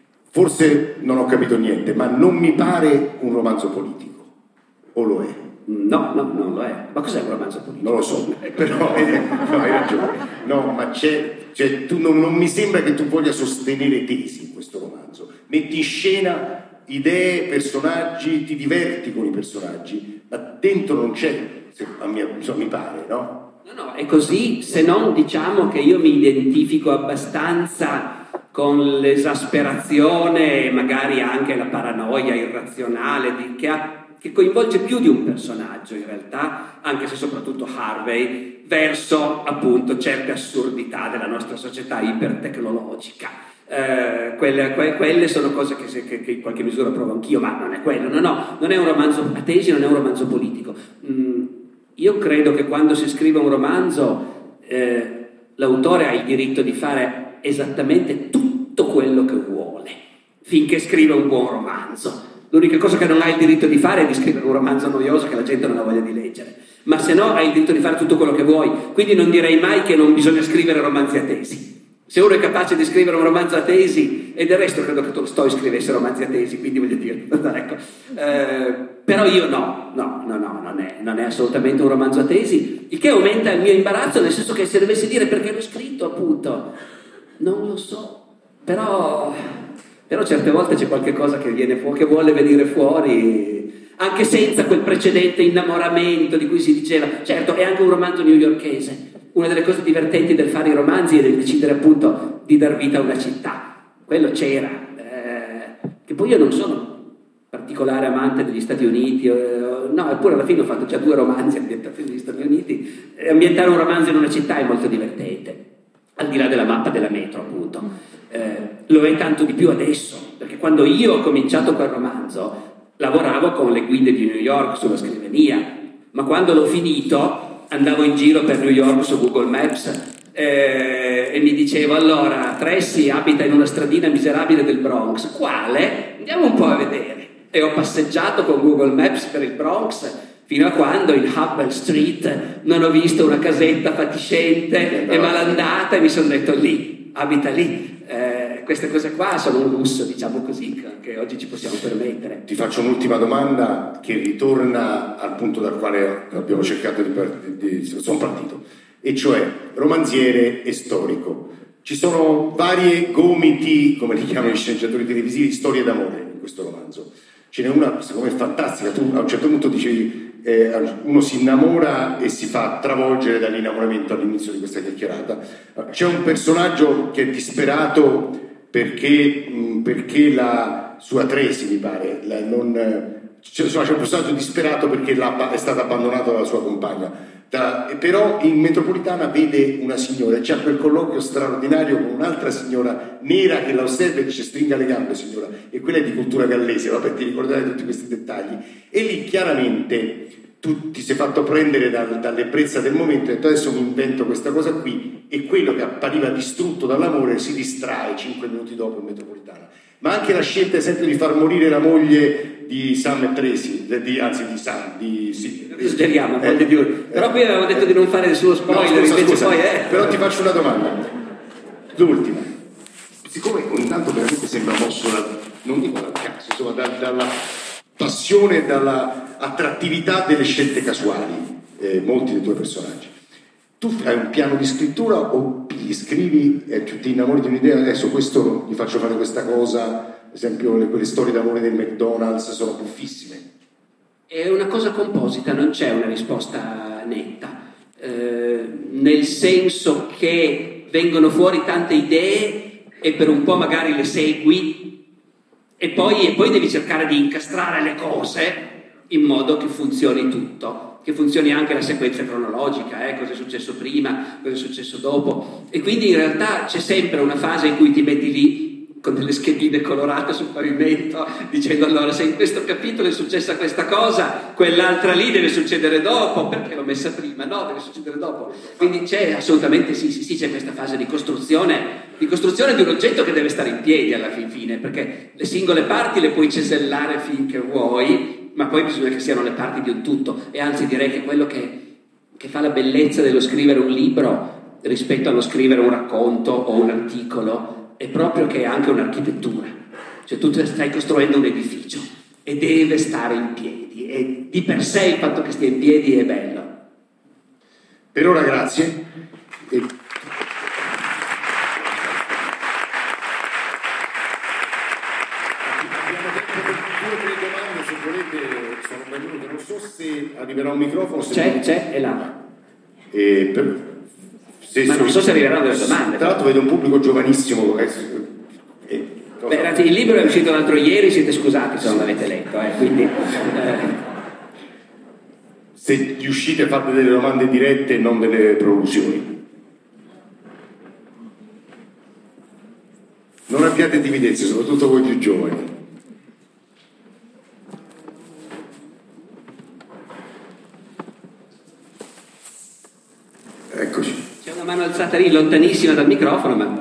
Forse non ho capito niente, ma non mi pare un romanzo politico, o lo è? No, no, non lo è. Ma cos'è un romanzo politico? Non lo so, però eh, no, hai ragione. No, ma c'è, c'è tu non, non mi sembra che tu voglia sostenere tesi in questo romanzo. Metti in scena idee, personaggi, ti diverti con i personaggi, ma dentro non c'è, se, a mia, insomma, mi pare, no? No, no, è così, se non diciamo che io mi identifico abbastanza con l'esasperazione e magari anche la paranoia irrazionale di, che, ha, che coinvolge più di un personaggio in realtà, anche se soprattutto Harvey, verso appunto certe assurdità della nostra società ipertecnologica. Eh, quelle, que, quelle sono cose che, se, che, che in qualche misura provo anch'io, ma non è quello, no, no, non è un romanzo a tesi, non è un romanzo politico. Mm, io credo che quando si scrive un romanzo eh, l'autore ha il diritto di fare esattamente tutto quello che vuole finché scrive un buon romanzo. L'unica cosa che non ha il diritto di fare è di scrivere un romanzo noioso che la gente non ha voglia di leggere, ma se no hai il diritto di fare tutto quello che vuoi. Quindi non direi mai che non bisogna scrivere romanzi a tesi. Se uno è capace di scrivere un romanzo a tesi, e del resto credo che Tolstoi scrivesse romanzi a tesi, quindi voglio dire, ecco. eh, però io no, no, no, no, non è, non è assolutamente un romanzo a tesi, il che aumenta il mio imbarazzo, nel senso che se dovessi dire perché l'ho scritto, appunto, non lo so, però, però certe volte c'è qualche cosa che viene fuori, che vuole venire fuori, anche senza quel precedente innamoramento di cui si diceva. Certo, è anche un romanzo newyorkese. Una delle cose divertenti del fare i romanzi è del decidere appunto di dar vita a una città. Quello c'era. Eh, che poi io non sono particolare amante degli Stati Uniti, eh, no, eppure alla fine ho fatto già due romanzi ambientati negli Stati Uniti. Eh, ambientare un romanzo in una città è molto divertente, al di là della mappa della metro, appunto. Eh, lo è tanto di più adesso, perché quando io ho cominciato quel romanzo lavoravo con le guide di New York sulla scrivania, ma quando l'ho finito andavo in giro per New York su Google Maps eh, e mi dicevo allora Tracy abita in una stradina miserabile del Bronx, quale? Andiamo un po' a vedere. E ho passeggiato con Google Maps per il Bronx fino a quando in Hubble Street non ho visto una casetta fatiscente e malandata e mi sono detto lì, abita lì. Eh, queste cose qua sono un lusso, diciamo così, che oggi ci possiamo permettere. Ti faccio un'ultima domanda che ritorna al punto dal quale abbiamo cercato di, part- di sono partito, e cioè romanziere e storico. Ci sono varie gomiti, come li chiamano gli sceneggiatori televisivi, storie d'amore in questo romanzo. Ce n'è una, secondo me, fantastica. Tu a un certo punto dicevi eh, uno si innamora e si fa travolgere dall'innamoramento all'inizio di questa chiacchierata. C'è un personaggio che è disperato perché, mh, perché la sua Tracy, mi pare, la, non, c'è, c'è un personaggio disperato perché la, è stata abbandonata dalla sua compagna. Da, però in metropolitana vede una signora e c'ha quel colloquio straordinario con un'altra signora nera che la osserva e dice stringa le gambe signora, e quella è di cultura gallese, va, per ti ricordare tutti questi dettagli, e lì chiaramente tu ti sei fatto prendere dal, dall'ebbrezza del momento e adesso mi invento questa cosa qui, e quello che appariva distrutto dall'amore si distrae cinque minuti dopo in metropolitana. Ma anche la scelta esempio di far morire la moglie di Sam e Tracy, di, anzi di Sam, di sì. Esageriamo, eh, di più. Però qui avevamo detto di non fare nessuno spoiler, no, scusa, invece scusa, poi è... Però ti faccio una domanda, l'ultima. Siccome ogni tanto veramente sembra mosso da, non dico dal cazzo, insomma da, dalla passione e dalla attrattività delle scelte casuali, eh, molti dei tuoi personaggi. Tu hai un piano di scrittura o scrivi e ti innamori di un'idea, adesso questo gli faccio fare questa cosa, ad esempio le, quelle storie d'amore del McDonald's sono buffissime. È una cosa composita, non c'è una risposta netta, eh, nel senso che vengono fuori tante idee e per un po' magari le segui e poi, e poi devi cercare di incastrare le cose in modo che funzioni tutto, che funzioni anche la sequenza cronologica, eh, cosa è successo prima, cosa è successo dopo, e quindi in realtà c'è sempre una fase in cui ti metti lì con delle schedine colorate sul pavimento dicendo allora se in questo capitolo è successa questa cosa, quell'altra lì deve succedere dopo, perché l'ho messa prima? No, deve succedere dopo. Quindi c'è assolutamente sì, sì, sì, c'è questa fase di costruzione di costruzione di un oggetto che deve stare in piedi alla fin fine, perché le singole parti le puoi cesellare finché vuoi, ma poi bisogna che siano le parti di un tutto, e anzi direi che quello che, che fa la bellezza dello scrivere un libro rispetto allo scrivere un racconto o un articolo è proprio che è anche un'architettura, cioè tu stai costruendo un edificio e deve stare in piedi, e di per sé il fatto che stia in piedi è bello. Per ora grazie. E... Sono benvenuti, non so se arriverà un microfono. Se c'è, non... c'è, è là. E per... se Ma non so se arriveranno delle domande. Tra l'altro vedo un pubblico giovanissimo. Eh, eh, Beh, ragazzi, il libro è uscito l'altro ieri, siete scusati se non l'avete letto, eh, quindi... Eh... Se riuscite a fare delle domande dirette e non delle prolusioni. Non abbiate timidezze, soprattutto voi più giovani. Eccoci. C'è una mano alzata lì, lontanissima dal microfono, ma...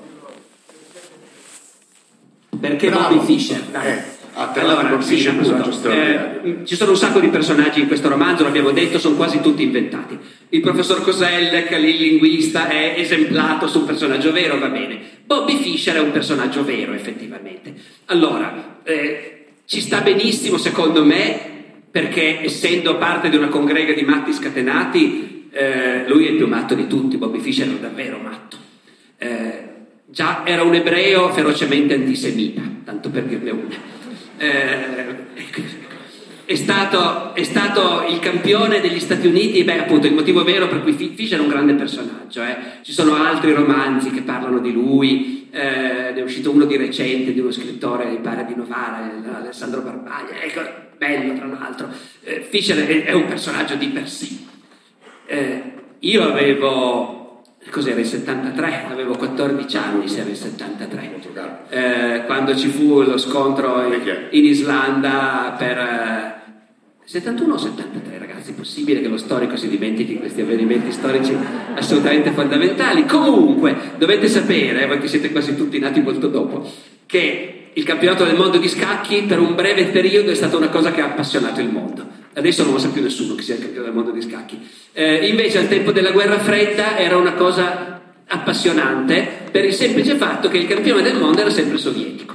Perché Bravo. Bobby Fischer? Eh, ah, allora, Bobby sì, Fischer è un personaggio appunto, straordinario. eh, ci sono un sacco di personaggi in questo romanzo, l'abbiamo detto, sono quasi tutti inventati. Il professor Koselleck, il linguista, è esemplato su un personaggio vero, va bene. Bobby Fischer è un personaggio vero, effettivamente. Allora, eh, ci sta benissimo, secondo me, perché essendo parte di una congrega di matti scatenati, Eh, lui è il più matto di tutti. Bobby Fischer era davvero matto, eh, già era un ebreo ferocemente antisemita, tanto per dirne una, eh, è, stato, è stato il campione degli Stati Uniti. Beh, appunto, il motivo vero per cui Fischer è un grande personaggio, eh. Ci sono altri romanzi che parlano di lui, eh, ne è uscito uno di recente di uno scrittore, mi pare di Novara, Alessandro Barbaglia, ecco, bello tra l'altro. eh, Fischer è, è un personaggio di per sé. Eh, io avevo, cos'era, il settantatré, avevo quattordici anni, se era il settantatré, eh, quando ci fu lo scontro in, in Islanda per, eh, settantuno o settantatré, ragazzi, è possibile che lo storico si dimentichi questi avvenimenti storici assolutamente fondamentali. Comunque, dovete sapere, voi che siete quasi tutti nati molto dopo, che il campionato del mondo di scacchi per un breve periodo è stata una cosa che ha appassionato il mondo. Adesso non lo sa più nessuno che sia il campione del mondo di scacchi. Eh, invece al tempo della guerra fredda era una cosa appassionante per il semplice fatto che il campione del mondo era sempre sovietico.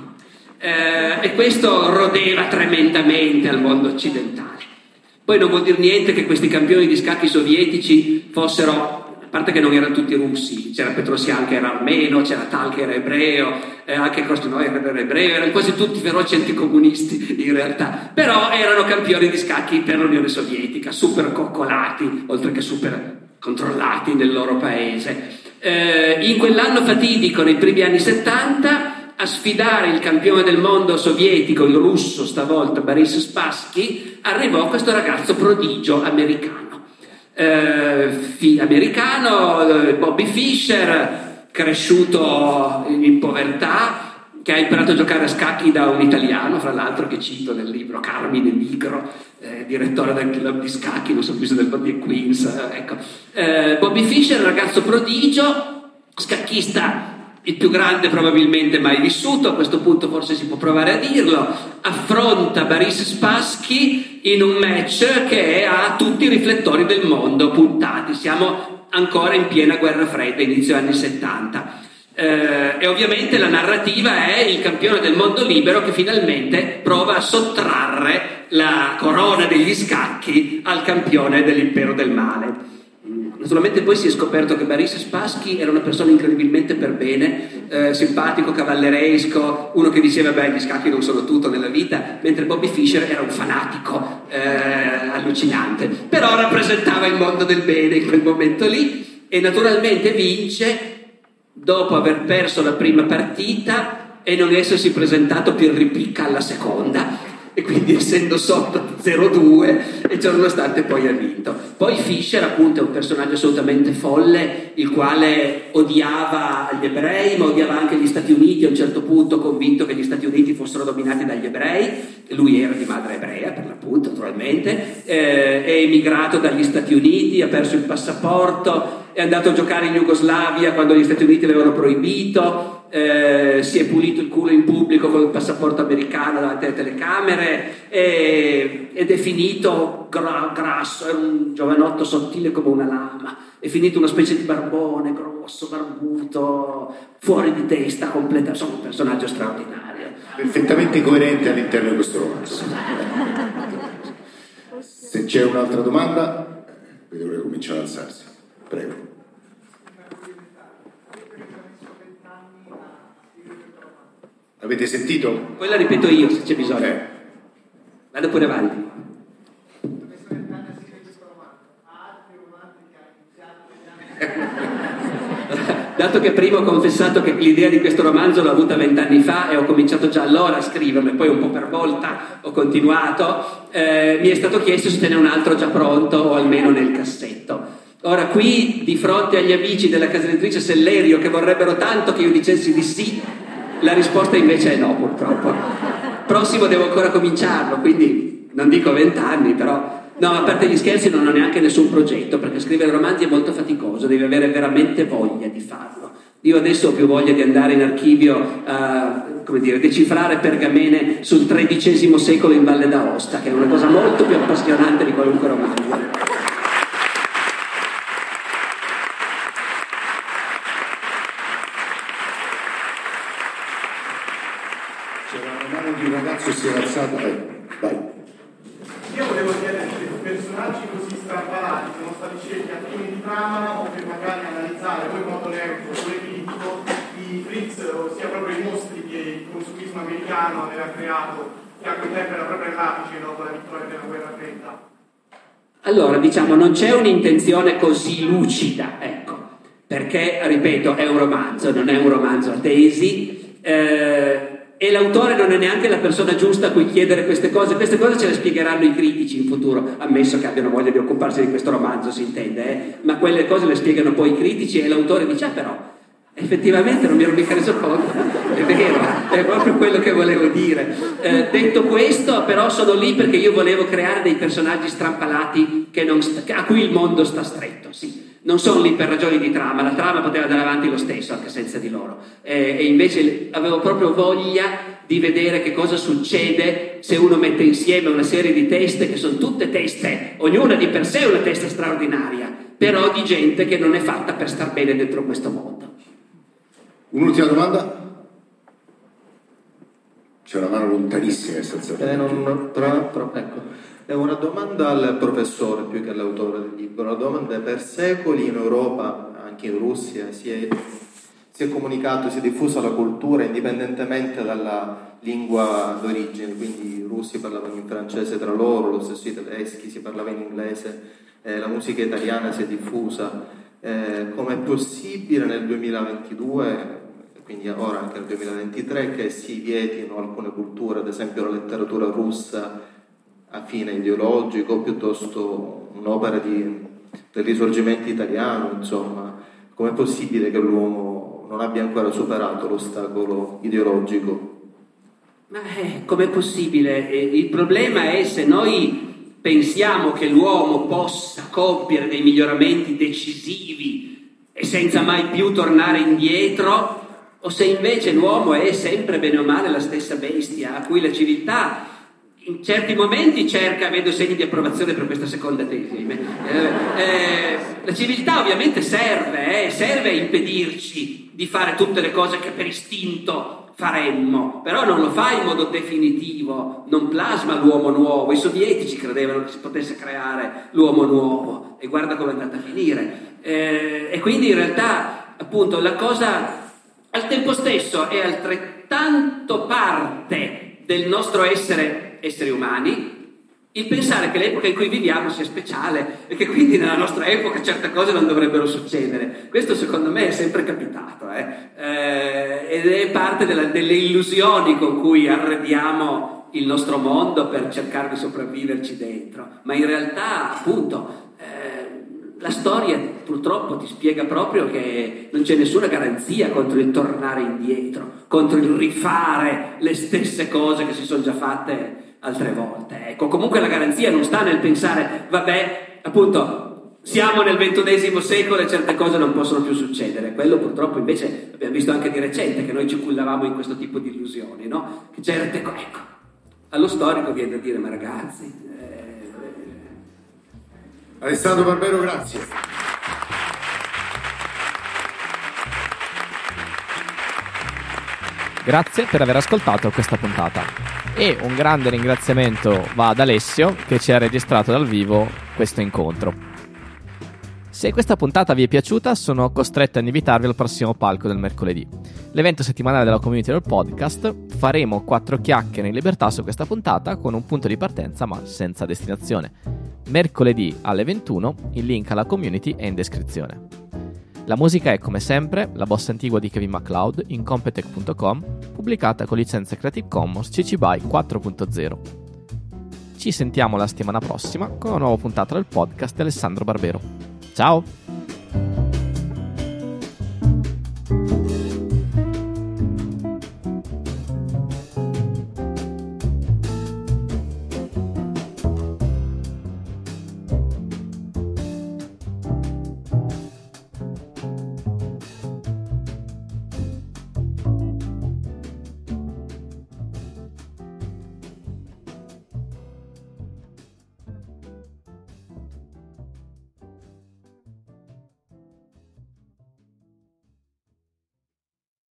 Eh, e questo rodeva tremendamente al mondo occidentale. Poi non vuol dire niente che questi campioni di scacchi sovietici fossero, a parte che non erano tutti russi, c'era Petrosyan che era armeno, c'era Tal che era ebreo, eh, anche Kostinoi era ebreo, erano quasi tutti feroci anticomunisti in realtà, però erano campioni di scacchi per l'Unione Sovietica, super coccolati, oltre che super controllati nel loro paese. Eh, in quell'anno fatidico, nei primi anni settanta, a sfidare il campione del mondo sovietico, il russo stavolta, Boris Spassky, arrivò questo ragazzo prodigio americano. Eh, fi- americano, eh, Bobby Fischer, cresciuto in povertà, che ha imparato a giocare a scacchi da un italiano, fra l'altro, che cito nel libro, Carmine Nigro, eh, direttore del club di scacchi, non so più se del Bobby Queens, eh, ecco. Eh, Bobby Fischer, ragazzo prodigio, scacchista il più grande probabilmente mai vissuto, a questo punto forse si può provare a dirlo, affronta Boris Spassky in un match che ha tutti i riflettori del mondo puntati, siamo ancora in piena guerra fredda, inizio anni settanta. Eh, e ovviamente la narrativa è il campione del mondo libero che finalmente prova a sottrarre la corona degli scacchi al campione dell'impero del male. Naturalmente poi si è scoperto che Boris Spassky era una persona incredibilmente per bene, eh, simpatico, cavalleresco, uno che diceva beh gli scacchi non sono tutto nella vita, mentre Bobby Fischer era un fanatico eh, allucinante, però rappresentava il mondo del bene in quel momento lì e naturalmente vince dopo aver perso la prima partita e non essersi presentato per ripicca alla seconda. E quindi essendo sotto zero due e ciononostante poi ha vinto. Poi Fischer appunto è un personaggio assolutamente folle, il quale odiava gli ebrei ma odiava anche gli Stati Uniti, a un certo punto convinto che gli Stati Uniti fossero dominati dagli ebrei. Lui era di madre ebrea per l'appunto naturalmente, eh, è emigrato dagli Stati Uniti, ha perso il passaporto, è andato a giocare in Jugoslavia quando gli Stati Uniti l'avevano proibito. Eh, si è pulito il culo in pubblico con il passaporto americano davanti alle telecamere e, ed è finito gra, grasso, era un giovanotto sottile come una lama, è finito una specie di barbone grosso, barbuto, fuori di testa completa, insomma un personaggio straordinario, perfettamente coerente all'interno di questo romanzo. Se c'è un'altra domanda vedo che cominciano ad alzarsi, prego. Avete sentito? Poi la ripeto io se c'è bisogno. Eh. Vado pure avanti. Dato che prima ho confessato che l'idea di questo romanzo l'ho avuta vent'anni fa e ho cominciato già allora a scriverlo e poi un po' per volta ho continuato, eh, mi è stato chiesto se ce n'è un altro già pronto o almeno nel cassetto. Ora qui di fronte agli amici della casa editrice Sellerio che vorrebbero tanto che io dicessi di sì, la risposta invece è no, purtroppo. Prossimo devo ancora cominciarlo, quindi non dico vent'anni, però... No, a parte gli scherzi non ho neanche nessun progetto, perché scrivere romanzi è molto faticoso, devi avere veramente voglia di farlo. Io adesso ho più voglia di andare in archivio a, come dire, decifrare pergamene sul tredicesimo secolo in Valle d'Aosta, che è una cosa molto più appassionante di qualunque romanzo. Il ragazzo si è alzato, vai, vai. Io volevo chiedere se personaggi così strampalati sono stati scelti attori di trama o per magari analizzare poi in modo neutro, politico, i Fritz, ossia proprio i mostri che il consumismo americano aveva creato, che a quel tempo era proprio all'apice dopo la vittoria della guerra fredda. Allora, diciamo, non c'è un'intenzione così lucida, ecco, perché, ripeto, è un romanzo, non è un romanzo a tesi, eh, e l'autore non è neanche la persona giusta a cui chiedere queste cose. Queste cose ce le spiegheranno i critici in futuro, ammesso che abbiano voglia di occuparsi di questo romanzo, si intende, eh? Ma quelle cose le spiegano poi i critici e l'autore dice, ah però, Effettivamente non mi ero mica reso conto, è vero, è proprio quello che volevo dire. Eh, detto questo, però sono lì perché io volevo creare dei personaggi strampalati che non sta, a cui il mondo sta stretto, sì. Non sono lì per ragioni di trama, la trama poteva andare avanti lo stesso anche senza di loro. Eh, e invece avevo proprio voglia di vedere che cosa succede se uno mette insieme una serie di teste che sono tutte teste, ognuna di per sé una testa straordinaria, però di gente che non è fatta per star bene dentro questo mondo. Un'ultima domanda? C'è una mano lontanissima che sta alzando. Eh, non, però, però, ecco, è una domanda al professore più che all'autore del libro. La domanda è: per secoli in Europa, anche in Russia, si è, si è comunicato, si è diffusa la cultura indipendentemente dalla lingua d'origine, quindi i russi parlavano in francese tra loro, lo stesso i tedeschi, si parlava in inglese, eh, la musica italiana si è diffusa. Eh, com'è possibile nel duemilaventidue, quindi ora anche nel duemilaventitré, che si vietino alcune culture, ad esempio la letteratura russa a fine ideologico, piuttosto un'opera di, del risorgimento italiano, insomma, com'è possibile che l'uomo non abbia ancora superato l'ostacolo ideologico? Ma eh, com'è possibile? Eh, il problema è se noi pensiamo che l'uomo possa compiere dei miglioramenti decisivi e senza mai più tornare indietro, o se invece l'uomo è sempre bene o male la stessa bestia a cui la civiltà in certi momenti cerca, vedo segni di approvazione per questa seconda tesi, eh, eh, la civiltà ovviamente serve, eh, serve a impedirci di fare tutte le cose che per istinto faremmo, però non lo fa in modo definitivo, non plasma l'uomo nuovo. I sovietici credevano che si potesse creare l'uomo nuovo e guarda come è andata a finire. Eh, e quindi in realtà appunto la cosa al tempo stesso è altrettanto parte del nostro essere esseri umani il pensare che l'epoca in cui viviamo sia speciale e che quindi nella nostra epoca certe cose non dovrebbero succedere. Questo secondo me è sempre capitato, eh? Eh, ed è parte della, delle illusioni con cui arrediamo il nostro mondo per cercare di sopravviverci dentro, ma in realtà appunto eh, la storia purtroppo ti spiega proprio che non c'è nessuna garanzia contro il tornare indietro, contro il rifare le stesse cose che si sono già fatte altre volte. Ecco, comunque la garanzia non sta nel pensare, vabbè, appunto, siamo nel ventunesimo secolo e certe cose non possono più succedere. Quello purtroppo invece abbiamo visto anche di recente, che noi ci cullavamo in questo tipo di illusioni, no? Che certe cose, ecco, allo storico viene da dire, ma ragazzi... Eh... Alessandro Barbero, grazie. Grazie per aver ascoltato questa puntata. E un grande ringraziamento va ad Alessio che ci ha registrato dal vivo questo incontro. Se questa puntata vi è piaciuta, sono costretto ad invitarvi al prossimo palco del mercoledì, l'evento settimanale della community del podcast. Faremo quattro chiacchiere in libertà su questa puntata con un punto di partenza ma senza destinazione. Mercoledì alle ventuno, il link alla community è in descrizione. La musica è, come sempre, La Bossa Antigua di Kevin MacLeod in competech punto com, pubblicata con licenza Creative Commons C C B Y quattro punto zero. Ci sentiamo la settimana prossima con una nuova puntata del podcast di Alessandro Barbero. Ciao!